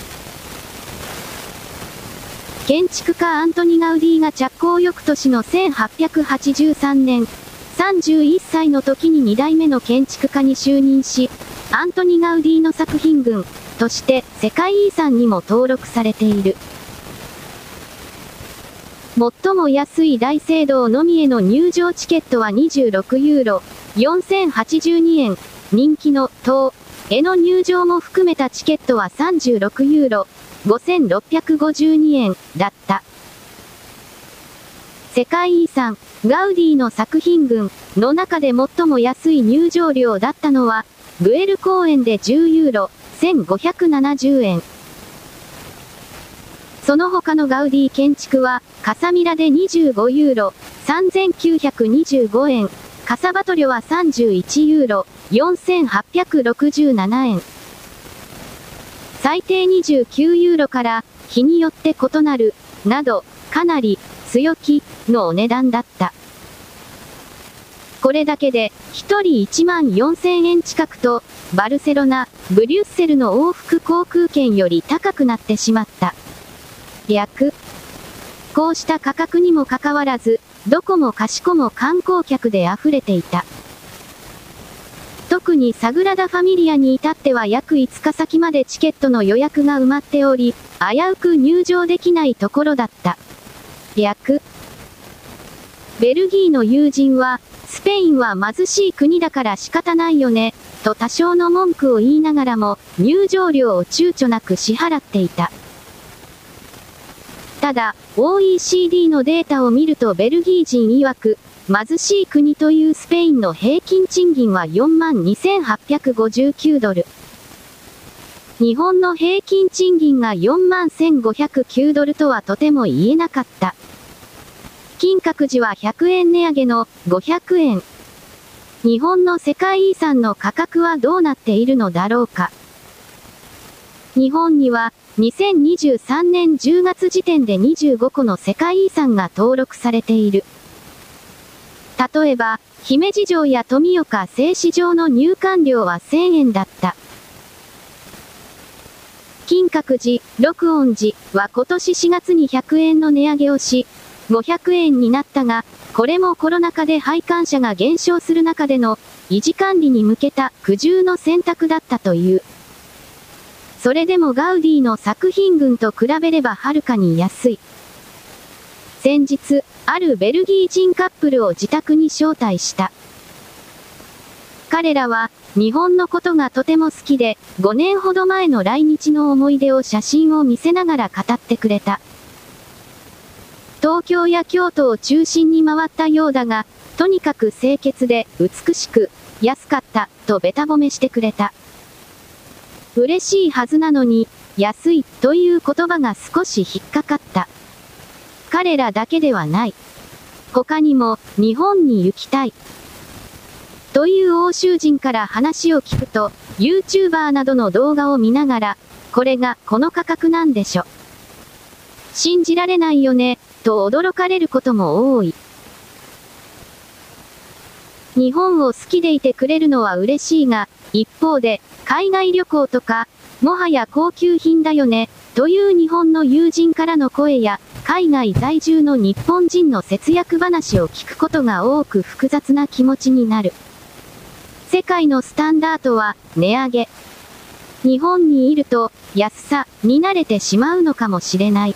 建築家アントニ・ガウディが着工翌年のせんはっぴゃくはちじゅうさんねん、さんじゅういっさいの時ににだいめの建築家に就任し、アントニ・ガウディの作品群として世界遺産にも登録されている。最も安い大聖堂のみへの入場チケットはにじゅうろくユーロ、よんせんはちじゅうにえん、人気の塔への入場も含めたチケットはさんじゅうろくユーロ、ごせんろっぴゃくごじゅうにえんだった。世界遺産、ガウディの作品群の中で最も安い入場料だったのは、グエル公園でじゅうユーロ、せんごひゃくななじゅうえん。その他のガウディ建築は、カサミラでにじゅうごユーロ、さんぜんきゅうひゃくにじゅうごえん、カサバトリョはさんじゅういちユーロ、よんせんはっぴゃくろくじゅうななえん。最低にじゅうきゅうユーロから、日によって異なる、など、かなり、強気のお値段だった。これだけで、ひとりいちまんよんせんえん近くと、バルセロナ、ブリュッセルの往復航空券より高くなってしまった。略。こうした価格にもかかわらず、どこもかしこも観光客で溢れていた。特にサグラダ・ファミリアに至っては約いつか先までチケットの予約が埋まっており、危うく入場できないところだった。略。ベルギーの友人は、スペインは貧しい国だから仕方ないよね、と多少の文句を言いながらも、入場料を躊躇なく支払っていた。ただ、オーイーシーディー のデータを見るとベルギー人曰く、貧しい国というスペインの平均賃金は よんまんにせんはっぴゃくごじゅうきゅうドル。日本の平均賃金がよんまんせんごひゃくきゅうドルとはとても言えなかった。金閣寺はひゃくえん値上げのごひゃくえん。日本の世界遺産の価格はどうなっているのだろうか。日本にはにせんにじゅうさんねんじゅうがつ時点でにじゅうごこの世界遺産が登録されている。例えば、姫路城や富岡製糸場の入館料はせんえんだった。金閣寺、六恩寺は今年しがつにひゃくえんの値上げをし、ごひゃくえんになったが、これもコロナ禍で拝観者が減少する中での維持管理に向けた苦渋の選択だったという。それでもガウディの作品群と比べればはるかに安い。先日、あるベルギー人カップルを自宅に招待した。彼らは、日本のことがとても好きで、ごねんほど前の来日の思い出を写真を見せながら語ってくれた。東京や京都を中心に回ったようだが、とにかく清潔で、美しく、安かった、とべた褒めしてくれた。嬉しいはずなのに、安い、という言葉が少し引っかかった。彼らだけではない。他にも、日本に行きたい。という欧州人から話を聞くと、YouTuber などの動画を見ながら、これがこの価格なんでしょ。信じられないよね、と驚かれることも多い。日本を好きでいてくれるのは嬉しいが、一方で、海外旅行とか、もはや高級品だよね、という日本の友人からの声や、 海外在住の日本人の節約話を聞くことが多く複雑な気持ちになる。世界のスタンダードは値上げ。日本にいると安さに慣れてしまうのかもしれない。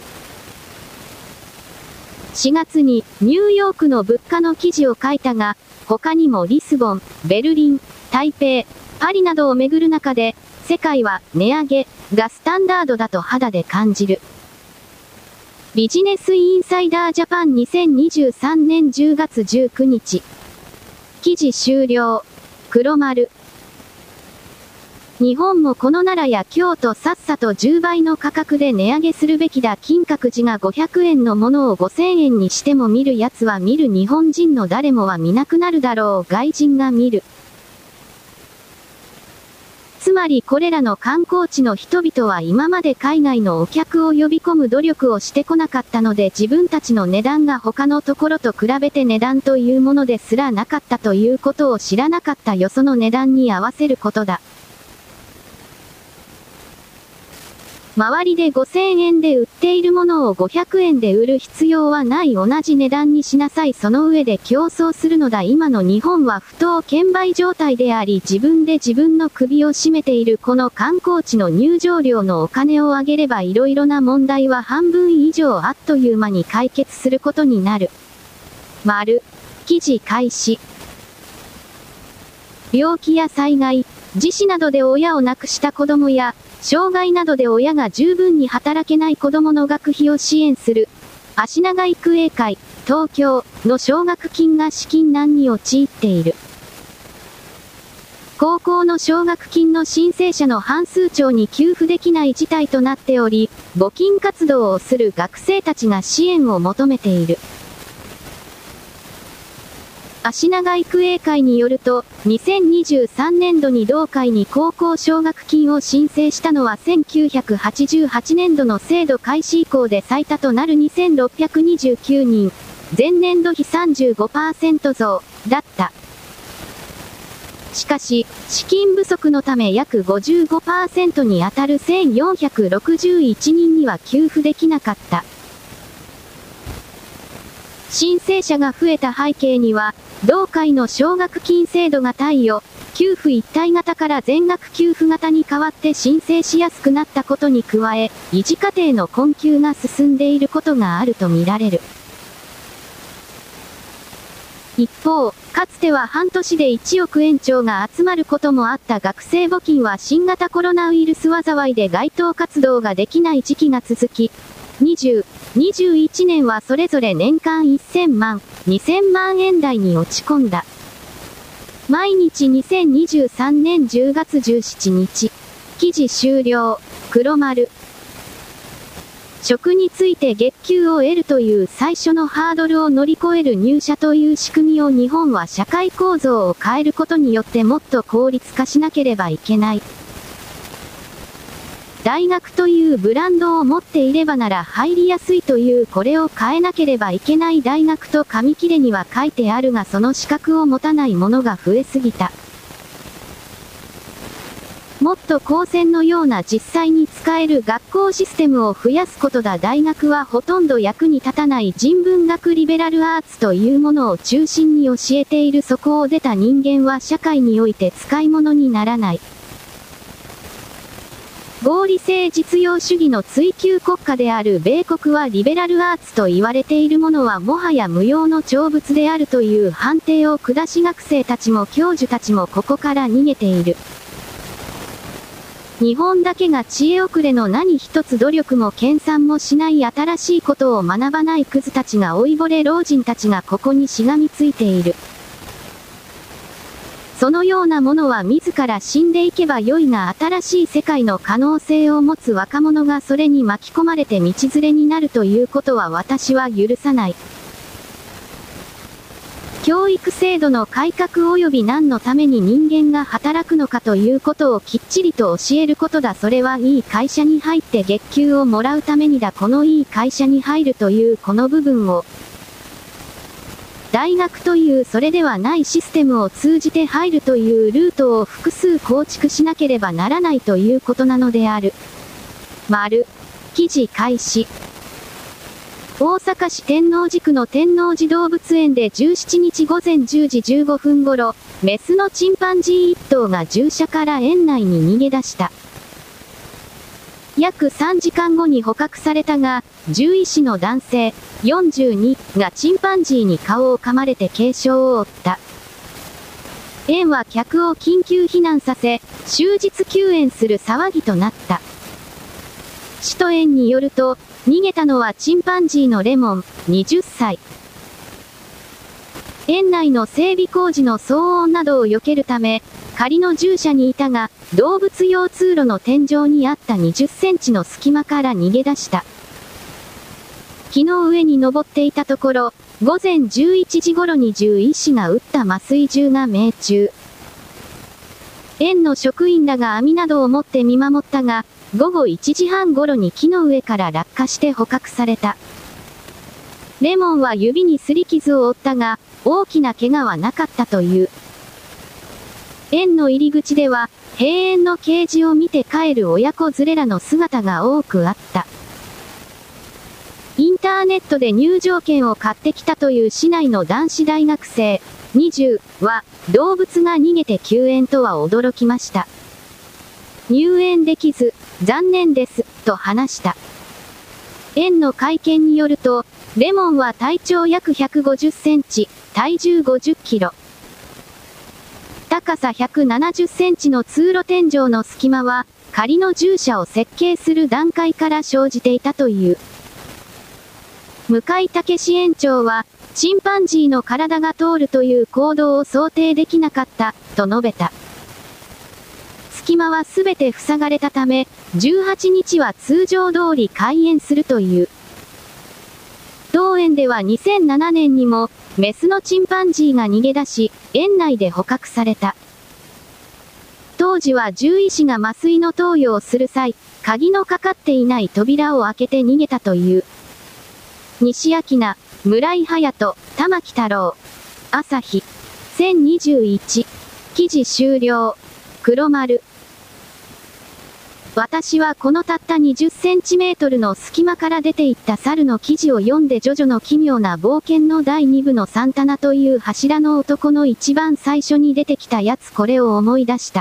しがつにニューヨークの物価の記事を書いたが、他にもリスボン、ベルリン、台北、パリなどを巡る中で、世界は値上げがスタンダードだと肌で感じる。ビジネスインサイダージャパンにせんにじゅうさんねんじゅうがつじゅうくにち。記事終了。黒丸。日本もこの奈良や京都さっさとじゅうばいの価格で値上げするべきだ。金閣寺がごひゃくえんのものをごせんえんにしても見るやつは見る。日本人の誰もは見なくなるだろう。外人が見る。つまりこれらの観光地の人々は今まで海外のお客を呼び込む努力をしてこなかったので、自分たちの値段が他のところと比べて値段というものですらなかったということを知らなかった。よその値段に合わせることだ。周りでごせんえんで売っているものをごひゃくえんで売る必要はない。同じ値段にしなさい。その上で競争するのだ。今の日本は不当券売状態であり、自分で自分の首を絞めている。この観光地の入場料のお金を上げればいろいろな問題は半分以上あっという間に解決することになる。丸。記事開始。病気や災害、自死などで親を亡くした子供や、障害などで親が十分に働けない子供の学費を支援する、足長育英会、東京の奨学金が資金難に陥っている。高校の奨学金の申請者の半数超に給付できない事態となっており、募金活動をする学生たちが支援を求めている。足長育英会によると、にせんにじゅうさんねんどに同会に高校奨学金を申請したのはせんきゅうひゃくはちじゅうはちねんどの制度開始以降で最多となるにせんろっぴゃくにじゅうきゅうにん、前年度比 さんじゅうごパーセント 増だった。しかし、資金不足のため約 ごじゅうごパーセント に当たるせんよんひゃくろくじゅういちにんには給付できなかった。申請者が増えた背景には、同会の奨学金制度が貸与、給付一体型から全額給付型に変わって申請しやすくなったことに加え、維持課程の困窮が進んでいることがあるとみられる。一方、かつては半年でいちおくえん超が集まることもあった学生募金は新型コロナウイルス災いで街頭活動ができない時期が続き、にじゅう、にじゅういちねんはそれぞれ年間せんまん、にせんまんえん台に落ち込んだ。毎日にせんにじゅうさんねんじゅうがつじゅうしちにち。記事終了。黒丸。職について月給を得るという最初のハードルを乗り越える入社という仕組みを日本は社会構造を変えることによってもっと効率化しなければいけない。大学というブランドを持っていればなら入りやすいというこれを変えなければいけない大学と紙切れには書いてあるがその資格を持たないものが増えすぎた。もっと高専のような実際に使える学校システムを増やすことだ。大学はほとんど役に立たない人文学リベラルアーツというものを中心に教えている。そこを出た人間は社会において使い物にならない。合理性実用主義の追求国家である米国はリベラルアーツと言われているものはもはや無用の長物であるという判定を下し学生たちも教授たちもここから逃げている。日本だけが知恵遅れの何一つ努力も研鑽もしない新しいことを学ばないクズたちが老いぼれ老人たちがここにしがみついている。そのようなものは自ら死んでいけばよいが新しい世界の可能性を持つ若者がそれに巻き込まれて道連れになるということは私は許さない。教育制度の改革及び何のために人間が働くのかということをきっちりと教えることだ。それはいい会社に入って月給をもらうためにだ。このいい会社に入るというこの部分を大学というそれではないシステムを通じて入るというルートを複数構築しなければならないということなのである。丸。記事開始。 大阪市天王寺区の天王寺動物園でじゅうしちにちごぜんじゅうじじゅうごふん頃、メスのチンパンジーいっとうが獣舎から園内に逃げ出した。約さんじかんごに捕獲されたが、獣医師の男性、よんじゅうにがチンパンジーに顔を噛まれて軽傷を負った。園は客を緊急避難させ、終日休園する騒ぎとなった。市と園によると、逃げたのはチンパンジーのレモン、はたち。園内の整備工事の騒音などを避けるため、仮の獣舎にいたが、動物用通路の天井にあったにじゅっセンチの隙間から逃げ出した。木の上に登っていたところ、ごぜんじゅういちじ頃に獣医師が撃った麻酔銃が命中。園の職員らが網などを持って見守ったが、ごごいちじはん頃に木の上から落下して捕獲された。レモンは指に擦り傷を負ったが、大きな怪我はなかったという。園の入り口では、閉園の掲示を見て帰る親子連れらの姿が多くあった。インターネットで入場券を買ってきたという市内の男子大学生、にじゅうは、動物が逃げて休園とは驚きました。入園できず、残念です、と話した。園の会見によると、レモンは体長約ひゃくごじゅっセンチ、体重ごじゅっキロ。高さひゃくななじゅっセンチの通路天井の隙間は、仮の獣舎を設計する段階から生じていたという。向井武史園長は、チンパンジーの体が通るという行動を想定できなかった、と述べた。隙間はすべて塞がれたため、じゅうはちにちは通常通り開園するという。同園ではにせんななねんにも、メスのチンパンジーが逃げ出し、園内で捕獲された。当時は獣医師が麻酔の投与をする際、鍵のかかっていない扉を開けて逃げたという。西明菜、村井隼人、玉木太郎。朝日。せんにじゅういち。記事終了。黒丸。私はこのたったにじゅっセンチメートルの隙間から出ていった猿の記事を読んでジョジョの奇妙な冒険のだいに部のサンタナという柱の男の一番最初に出てきたやつこれを思い出した。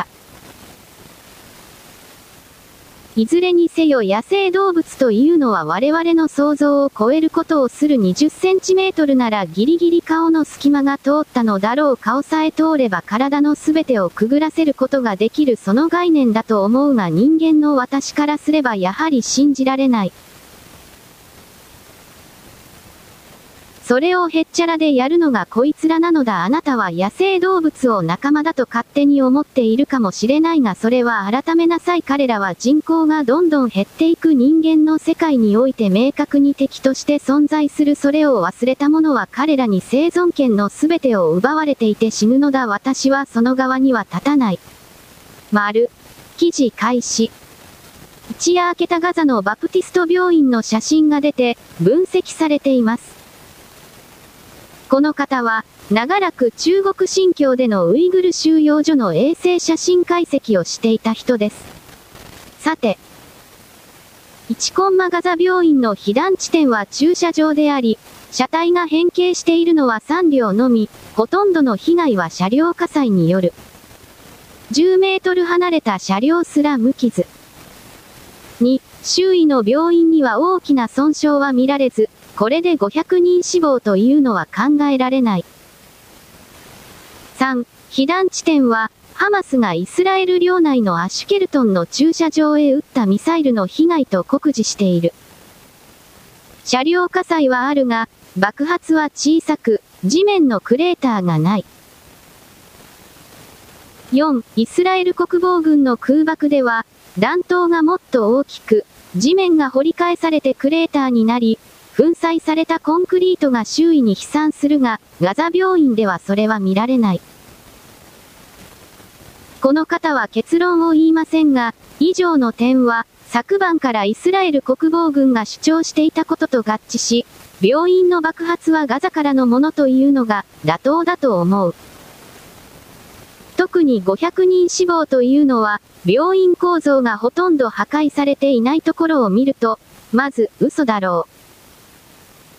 いずれにせよ野生動物というのは我々の想像を超えることをするにじゅっセンチメートルならギリギリ顔の隙間が通ったのだろう顔さえ通れば体のすべてをくぐらせることができるその概念だと思うが人間の私からすればやはり信じられない。それをへっちゃらでやるのがこいつらなのだあなたは野生動物を仲間だと勝手に思っているかもしれないがそれは改めなさい彼らは人口がどんどん減っていく人間の世界において明確に敵として存在するそれを忘れた者は彼らに生存権の全てを奪われていて死ぬのだ私はその側には立たない。丸。記事開始。一夜明けたガザのバプティスト病院の写真が出て分析されています。この方は、長らく中国新疆でのウイグル収容所の衛星写真解析をしていた人です。さて、いちコンマガザ病院の被弾地点は駐車場であり、車体が変形しているのはさん両のみ、ほとんどの被害は車両火災による。じゅうメートル離れた車両すら無傷。に、周囲の病院には大きな損傷は見られず、これでごひゃくにん死亡というのは考えられない。さん. 被弾地点は、ハマスがイスラエル領内のアシュケルトンの駐車場へ撃ったミサイルの被害と酷似している。車両火災はあるが、爆発は小さく、地面のクレーターがない。よん. イスラエル国防軍の空爆では、弾頭がもっと大きく、地面が掘り返されてクレーターになり、粉砕されたコンクリートが周囲に飛散するが、ガザ病院ではそれは見られない。この方は結論を言いませんが、以上の点は、昨晩からイスラエル国防軍が主張していたことと合致し、病院の爆発はガザからのものというのが妥当だと思う。特にごひゃくにん死亡というのは、病院構造がほとんど破壊されていないところを見ると、まず嘘だろう。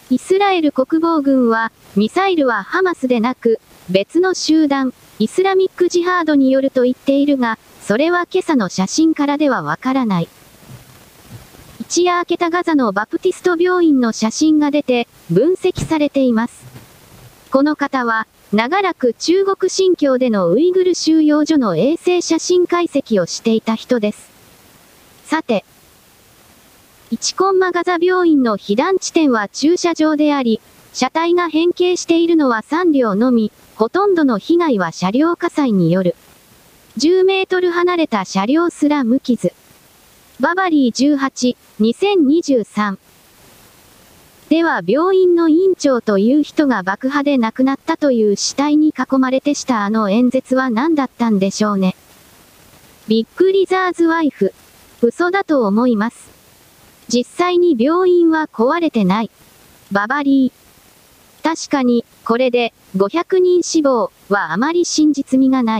イスラエル国防軍は、ミサイルはハマスでなく、別の集団、イスラミックジハードによると言っているが、それは今朝の写真からではわからない。一夜明けたガザのバプティスト病院の写真が出て、分析されています。この方は、長らく中国新疆でのウイグル収容所の衛星写真解析をしていた人です。さて、いちコンマガザ病院の被弾地点は駐車場であり、車体が変形しているのはさん両のみ、ほとんどの被害は車両火災による。じゅうメートル離れた車両すら無傷。ババリーじゅうはち、にせんにじゅうさん。では病院の院長という人が爆破で亡くなったという死体に囲まれてしたあの演説は何だったんでしょうね。ビッグリザーズワイフ。嘘だと思います。実際に病院は壊れてない。ババリー。確かに、これで、ごひゃくにん死亡はあまり真実味がない。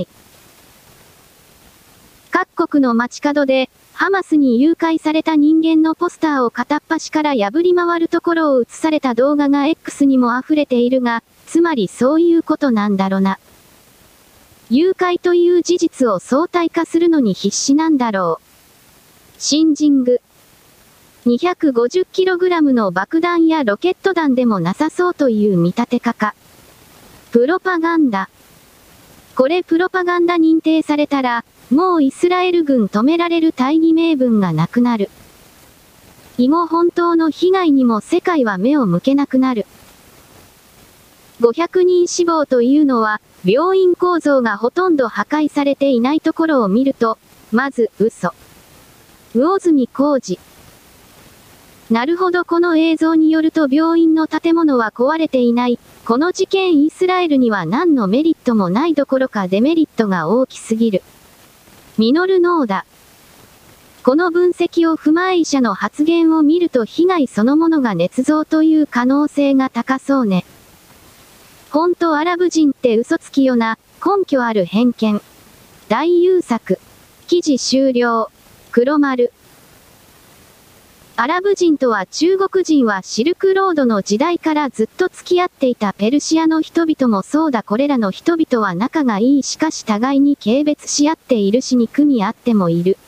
各国の街角で、ハマスに誘拐された人間のポスターを片っ端から破り回るところを映された動画が X にも溢れているが、つまりそういうことなんだろな。誘拐という事実を相対化するのに必死なんだろう。シンジング。にひゃくごじゅっキログラム の爆弾やロケット弾でもなさそうという見立てかか。プロパガンダ。これプロパガンダ認定されたら、もうイスラエル軍止められる大義名分がなくなる。以後本当の被害にも世界は目を向けなくなる。ごひゃくにん死亡というのは、病院構造がほとんど破壊されていないところを見ると、まず嘘。魚住浩二。なるほどこの映像によると病院の建物は壊れていない。この事件イスラエルには何のメリットもないどころかデメリットが大きすぎる。ミノルノーダ。この分析を踏まえ医者の発言を見ると被害そのものが捏造という可能性が高そうね。ほんとアラブ人って嘘つきよな、根拠ある偏見。大優作。記事終了。黒丸。アラブ人とは中国人はシルクロードの時代からずっと付き合っていたペルシアの人々もそうだこれらの人々は仲がいいしかし互いに軽蔑し合っているし憎み合ってもいる。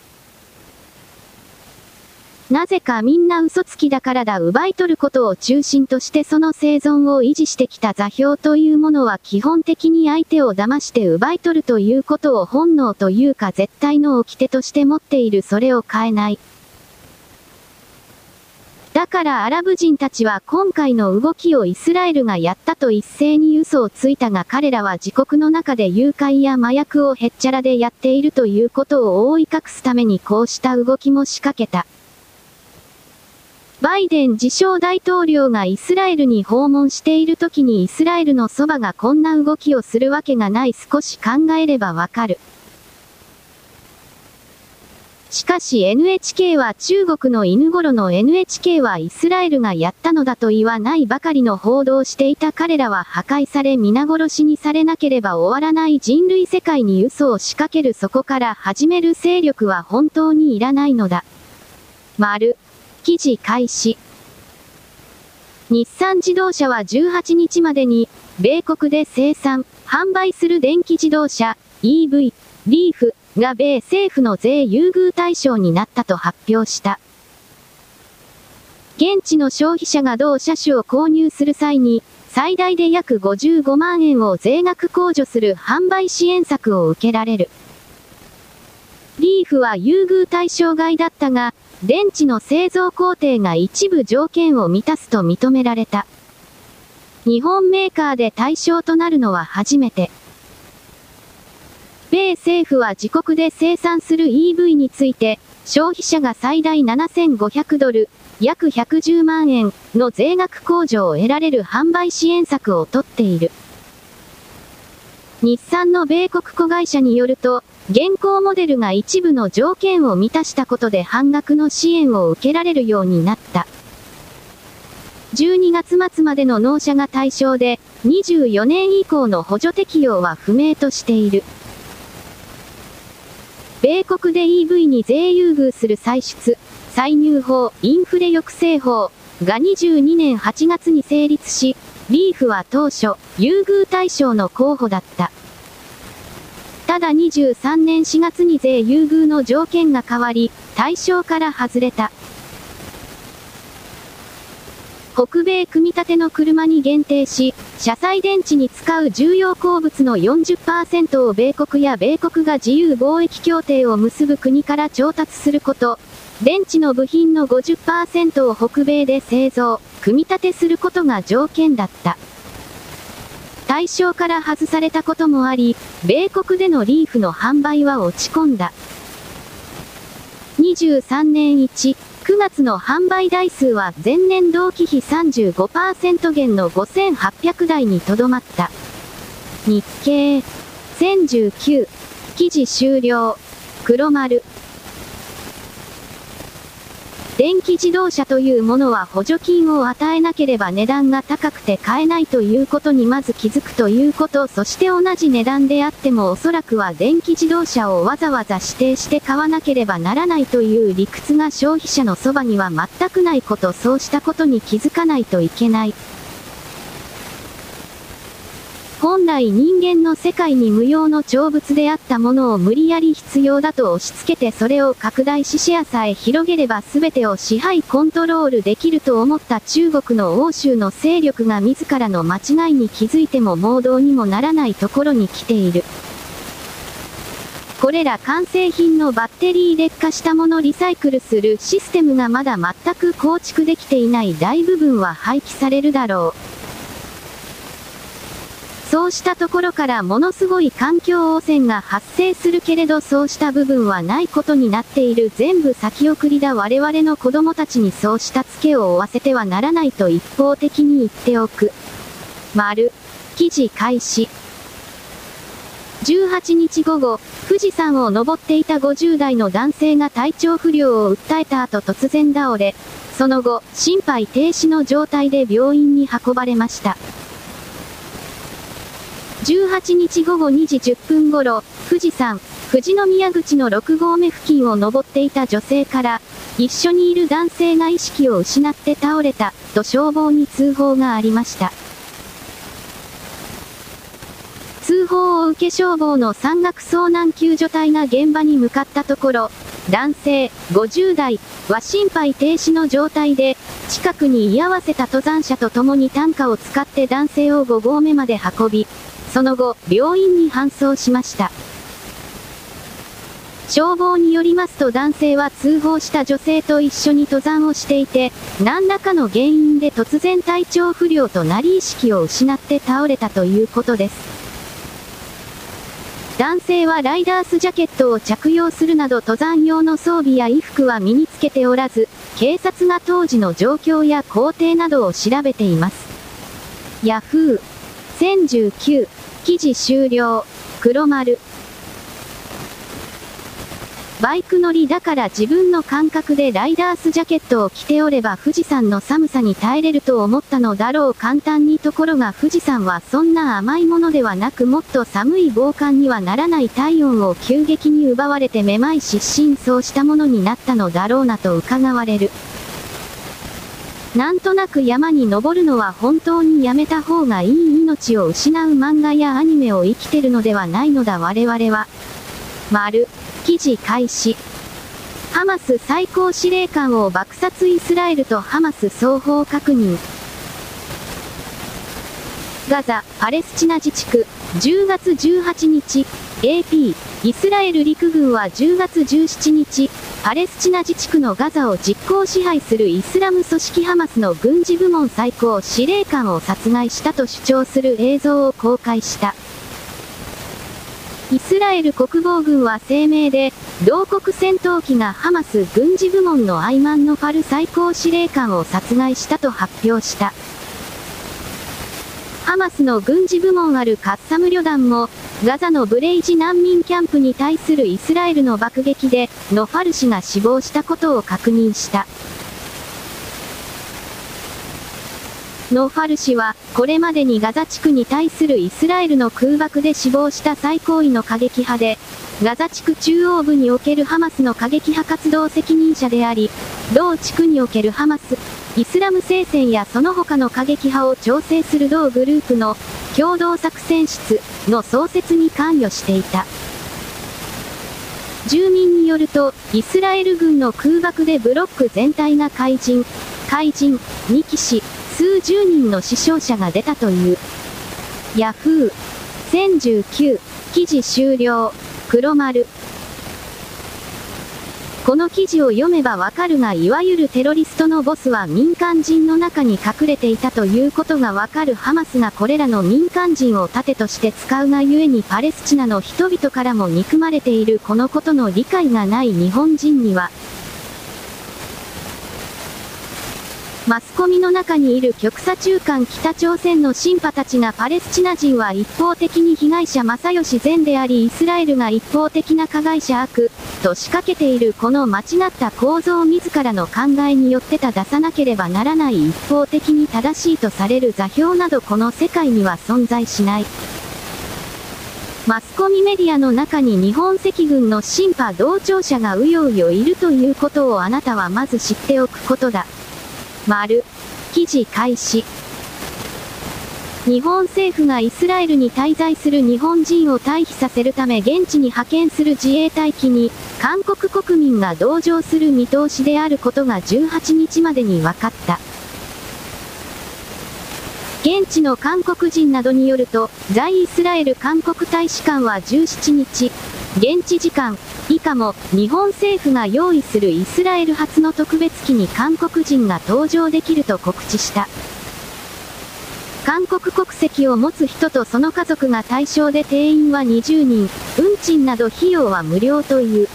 なぜかみんな嘘つきだからだ奪い取ることを中心としてその生存を維持してきた座標というものは基本的に相手を騙して奪い取るということを本能というか絶対の掟として持っているそれを変えない。だからアラブ人たちは今回の動きをイスラエルがやったと一斉に嘘をついたが彼らは自国の中で誘拐や麻薬をへっちゃらでやっているということを覆い隠すためにこうした動きも仕掛けた。バイデン自称大統領がイスラエルに訪問している時にイスラエルのそばがこんな動きをするわけがない少し考えればわかる。しかし エヌエイチケー は中国の犬頃の エヌエイチケー はイスラエルがやったのだと言わないばかりの報道をしていた彼らは破壊され皆殺しにされなければ終わらない人類世界に嘘を仕掛けるそこから始める勢力は本当にいらないのだ。丸。記事開始。日産自動車はじゅうはちにちまでに、米国で生産、販売する電気自動車、イーブイ、リーフが米政府の税優遇対象になったと発表した。現地の消費者が同車種を購入する際に、最大で約ごじゅうごまんえんを税額控除する販売支援策を受けられる。リーフは優遇対象外だったが、電池の製造工程が一部条件を満たすと認められた。日本メーカーで対象となるのは初めて。米政府は自国で生産する イーブイ について、消費者が最大ななせんごひゃくドル、約ひゃくじゅうまんえんの税額控除を得られる販売支援策を取っている。日産の米国子会社によると、現行モデルが一部の条件を満たしたことで半額の支援を受けられるようになった。じゅうにがつまつまでの納車が対象で、にじゅうよねん以降の補助適用は不明としている。米国で イーブイ に税優遇する歳出、歳入法、インフレ抑制法、 がにじゅうにねんはちがつに成立し、リーフは当初、優遇対象の候補だった。ただにじゅうさんねんしがつに税優遇の条件が変わり、対象から外れた。北米組み立ての車に限定し、車載電池に使う重要鉱物の よんじゅっパーセント を米国や米国が自由貿易協定を結ぶ国から調達すること、電池の部品の ごじゅっパーセント を北米で製造、組み立てすることが条件だった。対象から外されたこともあり、米国でのリーフの販売は落ち込んだ。にじゅうさんねんいち、くがつの販売台数は前年同期比 さんじゅうごパーセント 減のごせんはっぴゃくだいにとどまった。日経せんじゅうきゅう、記事終了。黒丸。電気自動車というものは補助金を与えなければ値段が高くて買えないということにまず気づくということ、そして同じ値段であってもおそらくは電気自動車をわざわざ指定して買わなければならないという理屈が消費者のそばには全くないこと、そうしたことに気づかないといけない。本来人間の世界に無用の長物であったものを無理やり必要だと押し付けてそれを拡大しシェアさえ広げれば全てを支配コントロールできると思った中国の欧州の勢力が自らの間違いに気づいてももうどうにもならないところに来ている。これら完成品のバッテリー劣化したものリサイクルするシステムがまだ全く構築できていない大部分は廃棄されるだろう。そうしたところからものすごい環境汚染が発生するけれどそうした部分はないことになっている。全部先送りだ。我々の子供たちにそうしたツケを負わせてはならないと一方的に言っておく。丸。記事開始。じゅうはちにち午後、富士山を登っていたごじゅうだいの男性が体調不良を訴えた後突然倒れ、その後、心肺停止の状態で病院に運ばれました。じゅうはちにち午後にじじゅっぷん頃、富士山、富士宮口のろくごうめ付近を登っていた女性から、一緒にいる男性が意識を失って倒れた、と消防に通報がありました。通報を受け消防の山岳遭難救助隊が現場に向かったところ、男性、ごじゅうだい、は心肺停止の状態で、近くに居合わせた登山者と共に担架を使って男性をごごうめまで運び、その後、病院に搬送しました。消防によりますと男性は通報した女性と一緒に登山をしていて、何らかの原因で突然体調不良となり意識を失って倒れたということです。男性はライダースジャケットを着用するなど登山用の装備や衣服は身につけておらず、警察が当時の状況や工程などを調べています。ヤフーせんじゅうきゅう、記事終了。黒丸。バイク乗りだから自分の感覚でライダースジャケットを着ておれば富士山の寒さに耐えれると思ったのだろう。簡単にところが富士山はそんな甘いものではなくもっと寒い防寒にはならない体温を急激に奪われてめまい失神そうしたものになったのだろうなと伺われる。なんとなく山に登るのは本当にやめた方がいい。命を失う漫画やアニメを生きてるのではないのだ我々は。丸。記事開始。ハマス最高司令官を爆殺。イスラエルとハマス双方確認。ガザ、パレスチナ自治区、じゅうがつじゅうはちにち、エーピー、イスラエル陸軍はじゅうがつじゅうしちにち、パレスチナ自治区のガザを実効支配するイスラム組織ハマスの軍事部門最高司令官を殺害したと主張する映像を公開した。イスラエル国防軍は声明で、同国戦闘機がハマス軍事部門のアイマンのファル最高司令官を殺害したと発表した。ハマスの軍事部門あるカッサム旅団も、ガザのブレイジ難民キャンプに対するイスラエルの爆撃で、ノファル氏が死亡したことを確認した。 ノーファル氏は、これまでにガザ地区に対するイスラエルの空爆で死亡した最高位の過激派で、ガザ地区中央部におけるハマスの過激派活動責任者であり、同地区におけるハマス、イスラム聖戦やその他の過激派を調整する同グループの共同作戦室の創設に関与していた。住民によると、イスラエル軍の空爆でブロック全体が壊人、壊人、にきし、数十人の死傷者が出たという。ヤフー。せんじゅうきゅう、記事終了。黒丸。この記事を読めばわかるが、いわゆるテロリストのボスは民間人の中に隠れていたということがわかる。ハマスがこれらの民間人を盾として使うがゆえにパレスチナの人々からも憎まれている。このことの理解がない日本人には、マスコミの中にいる極左中間北朝鮮のシンパたちがパレスチナ人は一方的に被害者正義善でありイスラエルが一方的な加害者悪と仕掛けているこの間違った構造を自らの考えによって正さなければならない一方的に正しいとされる座標などこの世界には存在しない。マスコミメディアの中に日本赤軍のシンパ同調者がうようよいるということをあなたはまず知っておくことだ。丸。記事開始。日本政府がイスラエルに滞在する日本人を退避させるため現地に派遣する自衛隊機に、韓国国民が同乗する見通しであることがじゅうはちにちまでに分かった。現地の韓国人などによると、在イスラエル韓国大使館はじゅうしちにち、現地時間以下も日本政府が用意するイスラエル発の特別機に韓国人が搭乗できると告知した。韓国国籍を持つ人とその家族が対象で定員はにじゅうにん、運賃など費用は無料という。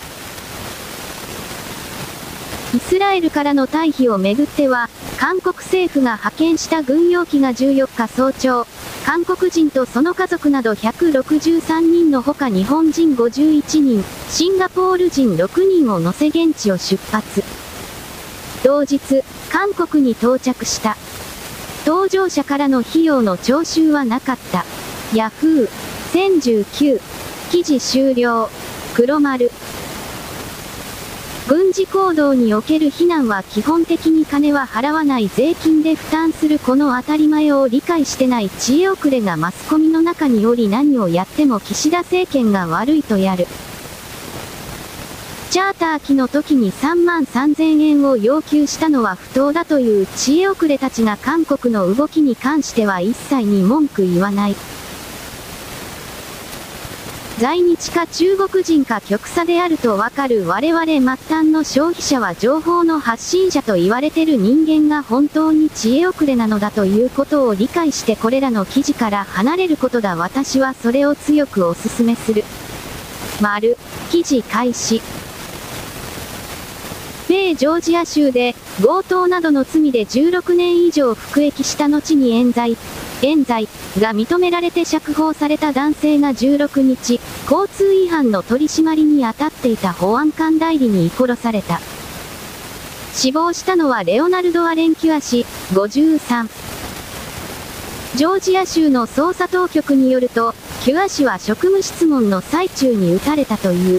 イスラエルからの退避をめぐっては、韓国政府が派遣した軍用機がじゅうよっか早朝、韓国人とその家族などひゃくろくじゅうさんにんのほか日本人ごじゅういちにん、シンガポール人ろくにんを乗せ現地を出発。同日、韓国に到着した。搭乗者からの費用の徴収はなかった。ヤフー。せんじゅうきゅう。記事終了。黒丸。軍事行動における非難は基本的に金は払わない税金で負担するこの当たり前を理解してない知恵遅れがマスコミの中におり何をやっても岸田政権が悪いとやる。チャーター機の時にさんまんさんぜんえんを要求したのは不当だという知恵遅れたちが韓国の動きに関しては一切に文句言わない。在日か中国人か極左であるとわかる我々末端の消費者は情報の発信者と言われてる人間が本当に知恵遅れなのだということを理解してこれらの記事から離れることだ。私はそれを強くお勧めする。丸。記事開始。米ジョージア州で強盗などの罪でじゅうろくねん以上服役した後に冤罪、冤罪が認められて釈放された男性がじゅうろくにち、交通違反の取り締まりに当たっていた保安官代理に殺された。死亡したのはレオナルド・アレン・キュア氏、ごじゅうさん。ジョージア州の捜査当局によると、キュア氏は職務質問の最中に撃たれたという。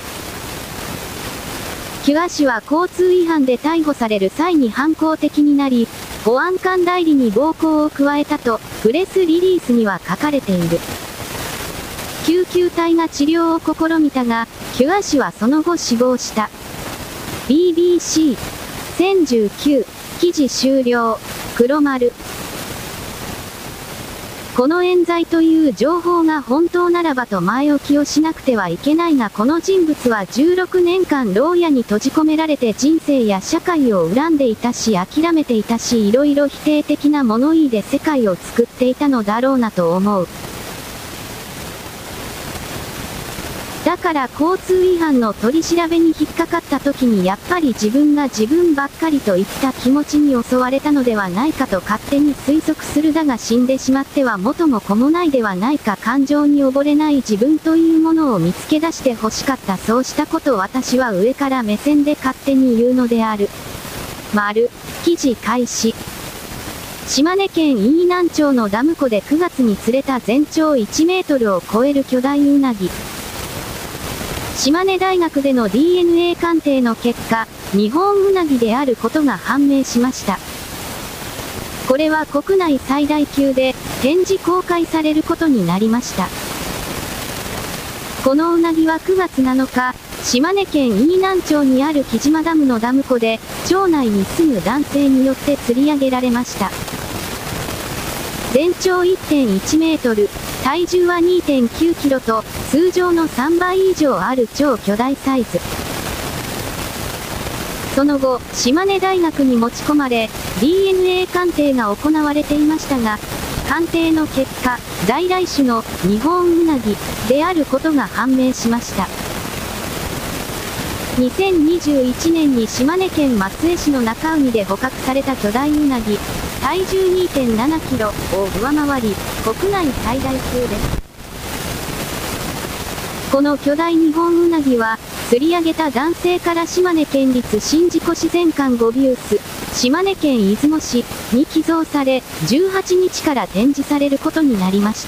キュア氏は交通違反で逮捕される際に反抗的になり、保安官代理に暴行を加えたと、プレスリリースには書かれている。救急隊が治療を試みたが、キュア氏はその後死亡した。ビービーシー。せんじゅうきゅう。記事終了。黒丸。この冤罪という情報が本当ならばと前置きをしなくてはいけないがこの人物はじゅうろくねんかん牢屋に閉じ込められて人生や社会を恨んでいたし諦めていたしいろいろ否定的な物言いで世界を作っていたのだろうなと思う。だから交通違反の取り調べに引っかかった時にやっぱり自分が自分ばっかりといった気持ちに襲われたのではないかと勝手に推測する。だが死んでしまっては元も子もないではないか。感情に溺れない自分というものを見つけ出して欲しかった。そうしたことを私は上から目線で勝手に言うのである。丸。記事開始。 島根県飯南町のダム湖でくがつに釣れた全長いちメートルを超える巨大ウナギ。島根大学での ディーエヌエー 鑑定の結果、ニホンウナギであることが判明しました。これは国内最大級で展示公開されることになりました。このウナギはくがつなのか、島根県飯南町にある木島ダムのダム湖で、町内に住む男性によって釣り上げられました。全長 いってんいちメートル、体重は にてんきゅうキロと、通常のさんばい以上ある超巨大サイズ。その後、島根大学に持ち込まれ、ディーエヌエー 鑑定が行われていましたが、鑑定の結果、在来種のニホンウナギであることが判明しました。にせんにじゅういちねんに島根県松江市の中海で捕獲された巨大ウナギ、体重 にてんななキロを上回り、国内最大級です。この巨大ニホンウナギは、釣り上げた男性から島根県立宍道湖自然館ゴビウス、島根県出雲市に寄贈され、じゅうはちにちから展示されることになりました。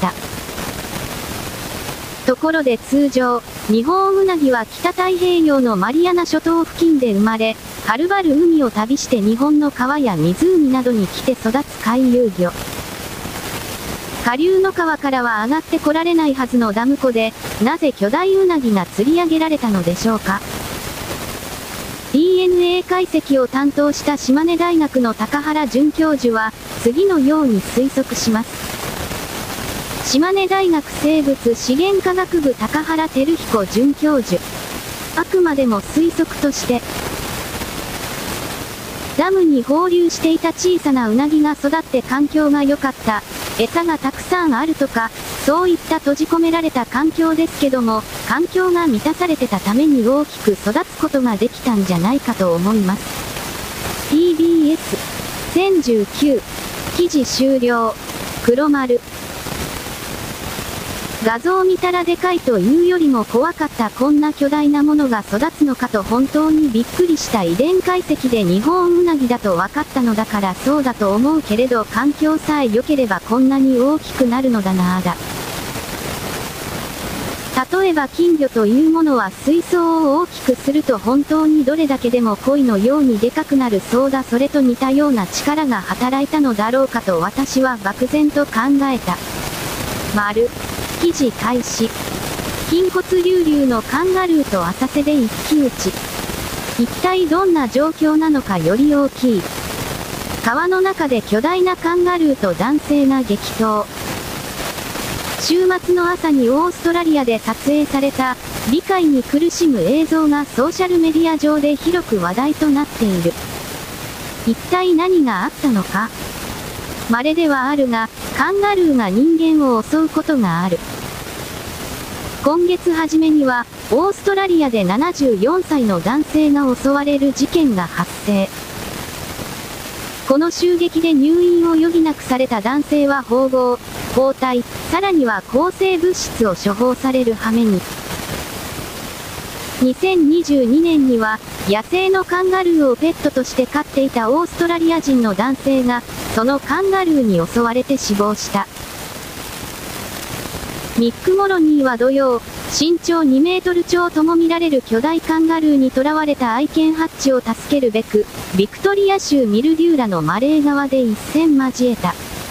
ところで通常、ニホンウナギは北太平洋のマリアナ諸島付近で生まれ、はるばる海を旅して日本の川や湖などに来て育つ回遊魚。下流の川からは上がってこられないはずのダム湖で、なぜ巨大ウナギが釣り上げられたのでしょうか。ディーエヌエー 解析を担当した島根大学の高原准教授は、次のように推測します。島根大学生物資源科学部高原照彦准教授。あくまでも推測として、ダムに放流していた小さなウナギが育って環境が良かった。餌がたくさんあるとか、そういった閉じ込められた環境ですけども、環境が満たされてたために大きく育つことができたんじゃないかと思います。ティービーエスせんじゅうきゅう記事終了。黒丸。画像見たらでかいというよりも怖かった。こんな巨大なものが育つのかと本当にびっくりした。遺伝解析でニホンウナギだと分かったのだからそうだと思うけれど環境さえ良ければこんなに大きくなるのだなぁだ。例えば金魚というものは水槽を大きくすると本当にどれだけでも鯉のようにでかくなるそうだ。それと似たような力が働いたのだろうかと私は漠然と考えた。丸。記事開始。筋骨隆々のカンガルーと浅瀬で一騎打ち。一体どんな状況なのか。より大きい川の中で巨大なカンガルーと男性が激闘。週末の朝にオーストラリアで撮影された理解に苦しむ映像がソーシャルメディア上で広く話題となっている。一体何があったのか。稀ではあるが、カンガルーが人間を襲うことがある。今月初めには、オーストラリアでななじゅうよんさいの男性が襲われる事件が発生。この襲撃で入院を余儀なくされた男性は縫合、包帯、さらには抗生物質を処方される羽目に。にせんにじゅうにねんには、野生のカンガルーをペットとして飼っていたオーストラリア人の男性が、そのカンガルーに襲われて死亡した。ミック・モロニーは土曜、身長にメートル超とも見られる巨大カンガルーに囚われた愛犬ハッチを助けるべく、ビクトリア州ミルデューラのマレー川で一戦交えた。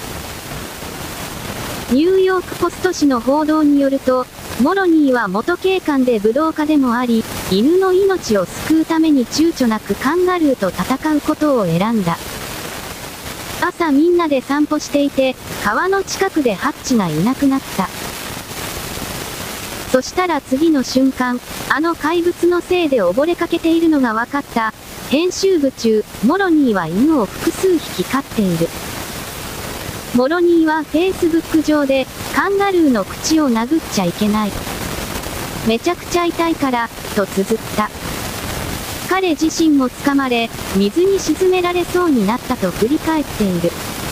ニューヨークポスト紙の報道によると、モロニーは元警官で武道家でもあり、犬の命を救うために躊躇なくカンガルーと戦うことを選んだ。朝みんなで散歩していて、川の近くでハッチがいなくなった。そしたら次の瞬間、あの怪物のせいで溺れかけているのが分かった。編集部中、モロニーは犬を複数匹飼っている。モロニーはフェイスブック上で、カンガルーの口を殴っちゃいけない。めちゃくちゃ痛いから、と綴った。彼自身も掴まれ、水に沈められそうになったと振り返っている。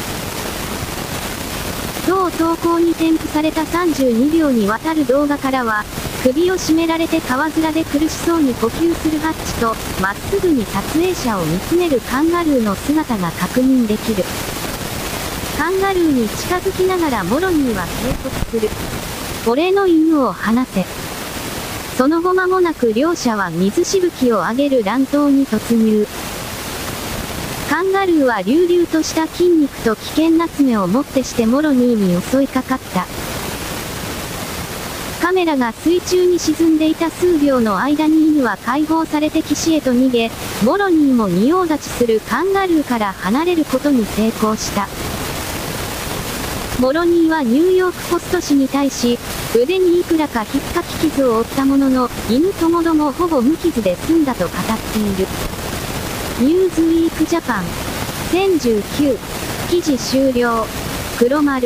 同投稿に添付されたさんじゅうにびょうにわたる動画からは、首を絞められて川面で苦しそうに呼吸するハッチと、まっすぐに撮影者を見つめるカンガルーの姿が確認できる。 カンガルーに近づきながらモロニーは警告する。俺の犬を離せ。その後間もなく両者は水しぶきを上げる乱闘に突入。カンガルーは隆々とした筋肉と危険な爪をもってしてモロニーに襲いかかった。カメラが水中に沈んでいた数秒の間に犬は解放されて岸へと逃げ、モロニーも仁王立ちするカンガルーから離れることに成功した。モロニーはニューヨークポスト紙に対し、腕にいくらか引っかき傷を負ったものの、犬ともどもほぼ無傷で済んだと語っている。ニューズウィークジャパンせんじゅうきゅう記事終了。黒丸。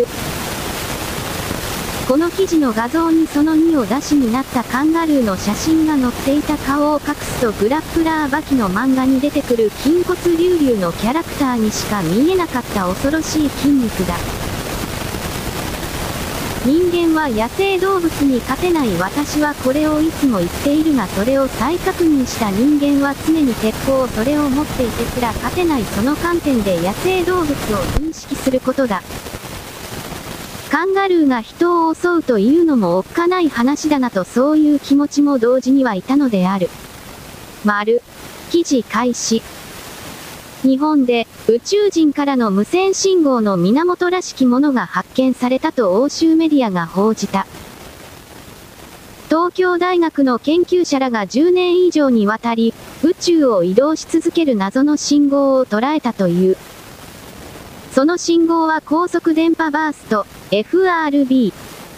この記事の画像にそのにを出しになったカンガルーの写真が載っていた。顔を隠すとグラップラーバキの漫画に出てくる筋骨隆々のキャラクターにしか見えなかった恐ろしい筋肉だ。人間は野生動物に勝てない。私はこれをいつも言っているが、それを再確認した人間は常に鉄砲をそれを持っていてすら勝てない。その観点で野生動物を認識することだ。カンガルーが人を襲うというのもおっかない話だなと、そういう気持ちも同時にはいたのである。丸。記事開始。日本で宇宙人からの無線信号の源らしきものが発見されたと欧州メディアが報じた。東京大学の研究者らがじゅうねん以上にわたり宇宙を移動し続ける謎の信号を捉えたという。その信号は高速電波バースト エフアールビー。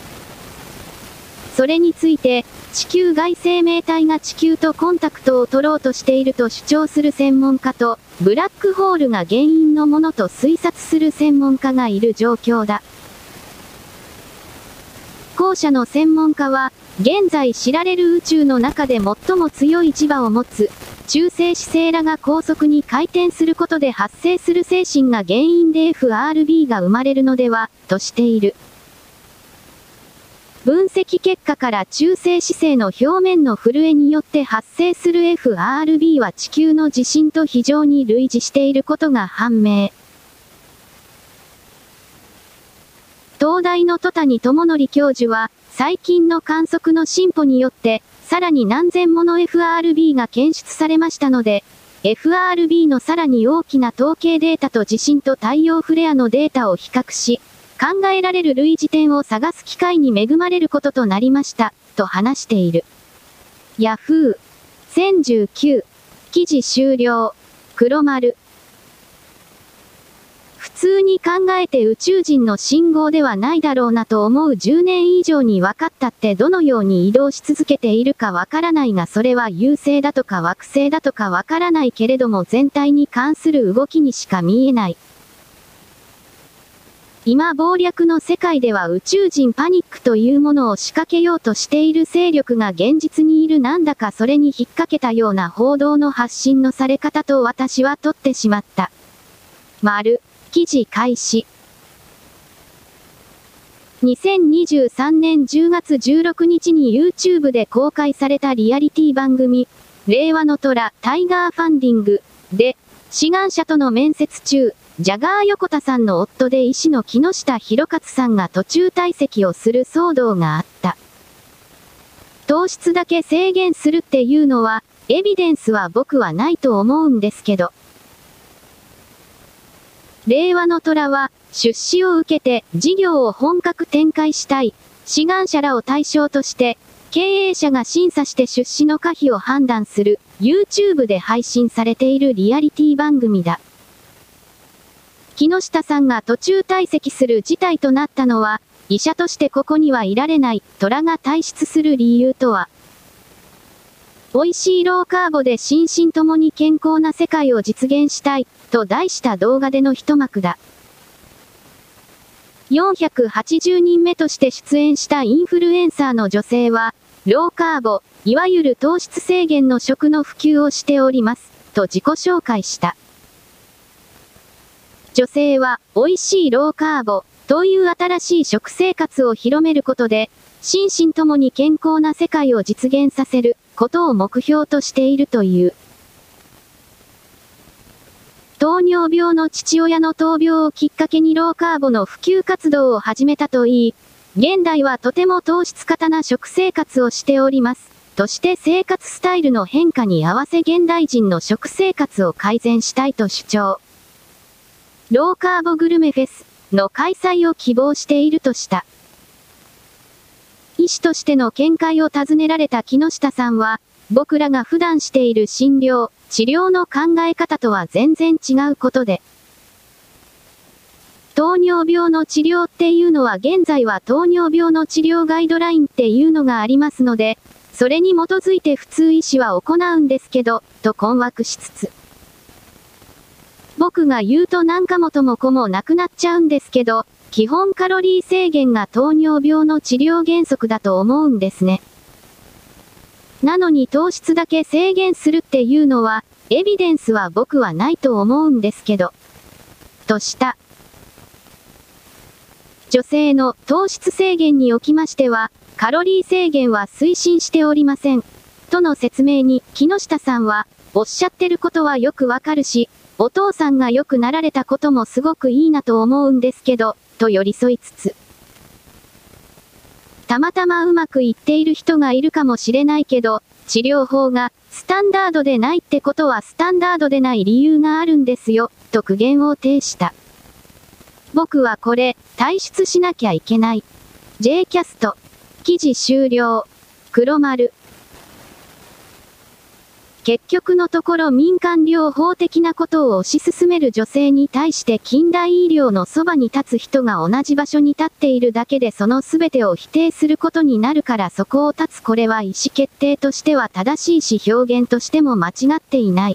それについて地球外生命体が地球とコンタクトを取ろうとしていると主張する専門家と、ブラックホールが原因のものと推察する専門家がいる状況だ。後者の専門家は、現在知られる宇宙の中で最も強い磁場を持つ、中性子星らが高速に回転することで発生する精神が原因で エフアールビー が生まれるのでは、としている。分析結果から中性子星の表面の震えによって発生する エフアールビー は地球の地震と非常に類似していることが判明。東大の戸谷智則教授は、最近の観測の進歩によって、さらに何千もの エフアールビー が検出されましたので、エフアールビー のさらに大きな統計データと地震と太陽フレアのデータを比較し、考えられる類似点を探す機会に恵まれることとなりました、と話している。ヤフー。せんじゅうきゅう。記事終了。黒丸。普通に考えて宇宙人の信号ではないだろうなと思う。じゅうねん以上に分かったってどのように移動し続けているかわからないが、それは遊星だとか惑星だとかわからないけれども全体に関する動きにしか見えない。今謀略の世界では宇宙人パニックというものを仕掛けようとしている勢力が現実にいる。なんだかそれに引っ掛けたような報道の発信のされ方と私は取ってしまった。丸。記事開始。にせんにじゅうさんねんじゅうがつじゅうろくにちに YouTube で公開されたリアリティ番組、令和の虎タイガーファンディングで、志願者との面接中、ジャガー横田さんの夫で医師の木下博勝さんが途中退席をする騒動があった。糖質だけ制限するっていうのは、エビデンスは僕はないと思うんですけど。令和の虎は、出資を受けて事業を本格展開したい、志願者らを対象として、経営者が審査して出資の可否を判断する、YouTube で配信されているリアリティ番組だ。木下さんが途中退席する事態となったのは、医者としてここにはいられない、虎が退出する理由とは。美味しいローカーボで心身ともに健康な世界を実現したい、と題した動画での一幕だ。よんひゃくはちじゅうにんめとして出演したインフルエンサーの女性は、ローカーボ、いわゆる糖質制限の食の普及をしております、と自己紹介した。女性は、美味しいローカーボ、という新しい食生活を広めることで、心身ともに健康な世界を実現させることを目標としているという。 糖尿病の父親の闘病をきっかけにローカーボの普及活動を始めたといい、現代はとても糖質過多な食生活をしております。として生活スタイルの変化に合わせ現代人の食生活を改善したいと主張。ローカーボグルメフェスの開催を希望しているとした。医師としての見解を尋ねられた木下さんは、僕らが普段している診療、治療の考え方とは全然違うことで、糖尿病の治療っていうのは現在は糖尿病の治療ガイドラインっていうのがありますので、それに基づいて普通医師は行うんですけど、と困惑しつつ。僕が言うとなんか元も子もなくなっちゃうんですけど、基本カロリー制限が糖尿病の治療原則だと思うんですね。なのに糖質だけ制限するっていうのは、エビデンスは僕はないと思うんですけど。とした。女性の糖質制限におきましては、カロリー制限は推進しておりません。との説明に、木下さんは、おっしゃってることはよくわかるし、お父さんが良くなられたこともすごくいいなと思うんですけど、と寄り添いつつ。たまたまうまくいっている人がいるかもしれないけど、治療法がスタンダードでないってことはスタンダードでない理由があるんですよ、と苦言を呈した。僕はこれ、退出しなきゃいけない。J キャスト。記事終了。黒丸。結局のところ民間療法的なことを推し進める女性に対して近代医療のそばに立つ人が同じ場所に立っているだけでその全てを否定することになるからそこを立つこれは意思決定としては正しいし表現としても間違っていない。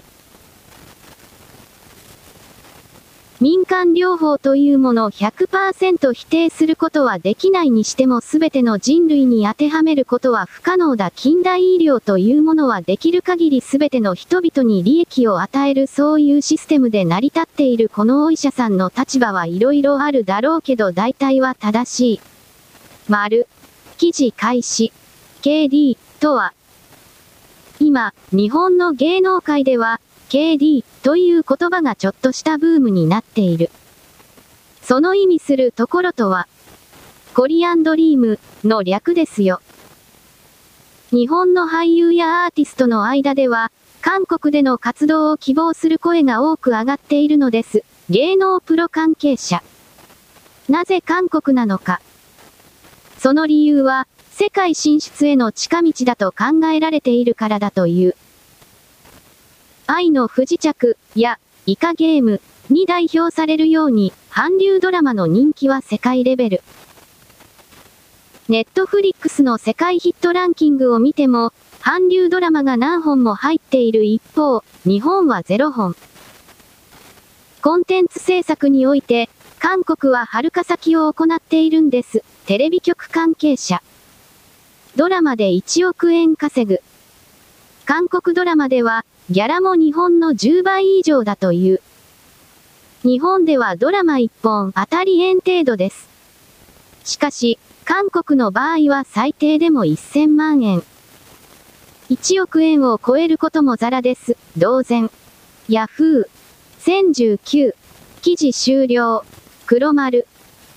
民間療法というものを ひゃくパーセント 否定することはできないにしても全ての人類に当てはめることは不可能だ。近代医療というものはできる限り全ての人々に利益を与えるそういうシステムで成り立っている。このお医者さんの立場はいろいろあるだろうけど大体は正しい。丸。記事開始。ケーディー とは今、日本の芸能界ではケーディー という言葉がちょっとしたブームになっている。その意味するところとは、コリアンドリームの略ですよ。日本の俳優やアーティストの間では、韓国での活動を希望する声が多く上がっているのです。芸能プロ関係者。なぜ韓国なのか。その理由は、世界進出への近道だと考えられているからだという。愛の不時着やイカゲームに代表されるように韓流ドラマの人気は世界レベル。ネットフリックスの世界ヒットランキングを見ても韓流ドラマが何本も入っている一方、日本はゼロほん。コンテンツ制作において韓国は遥か先を行っているんです。テレビ局関係者。ドラマでいちおくえん稼ぐ。韓国ドラマではギャラも日本のじゅうばい以上だという。日本ではドラマいっぽん当たり円程度です。しかし、韓国の場合は最低でもせんまんえん。いちおくえんを超えることもザラです。同然。ヤフー。せんじゅうきゅう。記事終了。黒丸。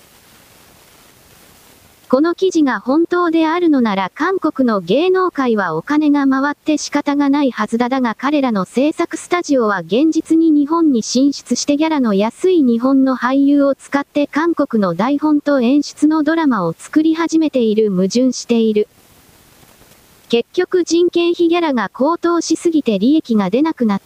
この記事が本当であるのなら韓国の芸能界はお金が回って仕方がないはずだ。だが彼らの制作スタジオは現実に日本に進出してギャラの安い日本の俳優を使って韓国の台本と演出のドラマを作り始めている。矛盾している。結局人件費ギャラが高騰しすぎて利益が出なくなった。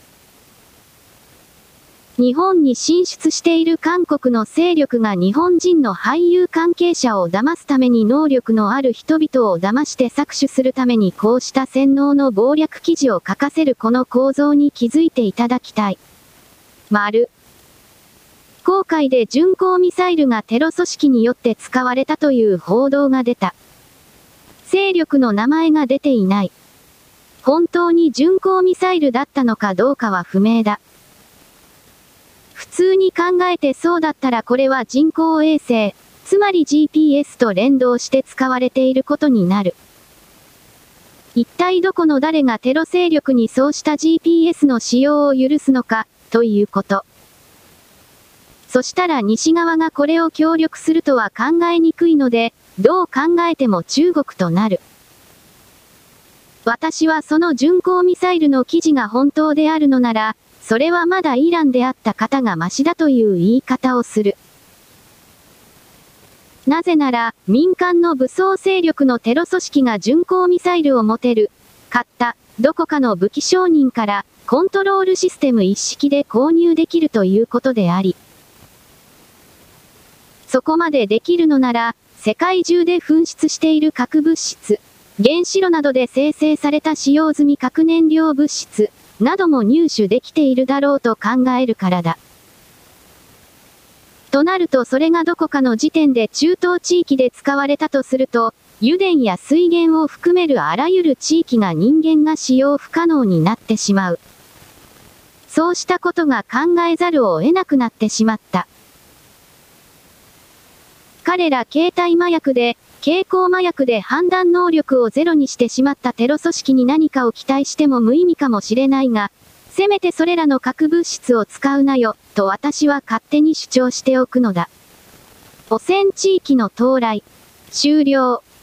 日本に進出している韓国の勢力が日本人の俳優関係者を騙すために能力のある人々を騙して搾取するためにこうした洗脳の謀略記事を書かせるこの構造に気づいていただきたい。丸。黄海で巡航ミサイルがテロ組織によって使われたという報道が出た。勢力の名前が出ていない。本当に巡航ミサイルだったのかどうかは不明だ。普通に考えてそうだったらこれは人工衛星、つまり ジーピーエス と連動して使われていることになる。一体どこの誰がテロ勢力にそうした ジーピーエス の使用を許すのか、 ということ。そしたら西側がこれを協力するとは考えにくいので、どう考えても中国となる。私はその巡航ミサイルの記事が本当であるのなら、それはまだイランであった方がマシだという言い方をする。なぜなら、民間の武装勢力のテロ組織が巡航ミサイルを持てる、買った、どこかの武器商人から、コントロールシステム一式で購入できるということであり、そこまでできるのなら、世界中で噴出している核物質、原子炉などで生成された使用済み核燃料物質、なども入手できているだろうと考えるからだ。となるとそれがどこかの時点で中東地域で使われたとすると、油田や水源を含めるあらゆる地域が人間が使用不可能になってしまう。そうしたことが考えざるを得なくなってしまった。彼ら携帯麻薬で、経口麻薬で判断能力をゼロにしてしまったテロ組織に何かを期待しても無意味かもしれないが、せめてそれらの核物質を使うなよ、と私は勝手に主張しておくのだ。汚染地域の到来。終了。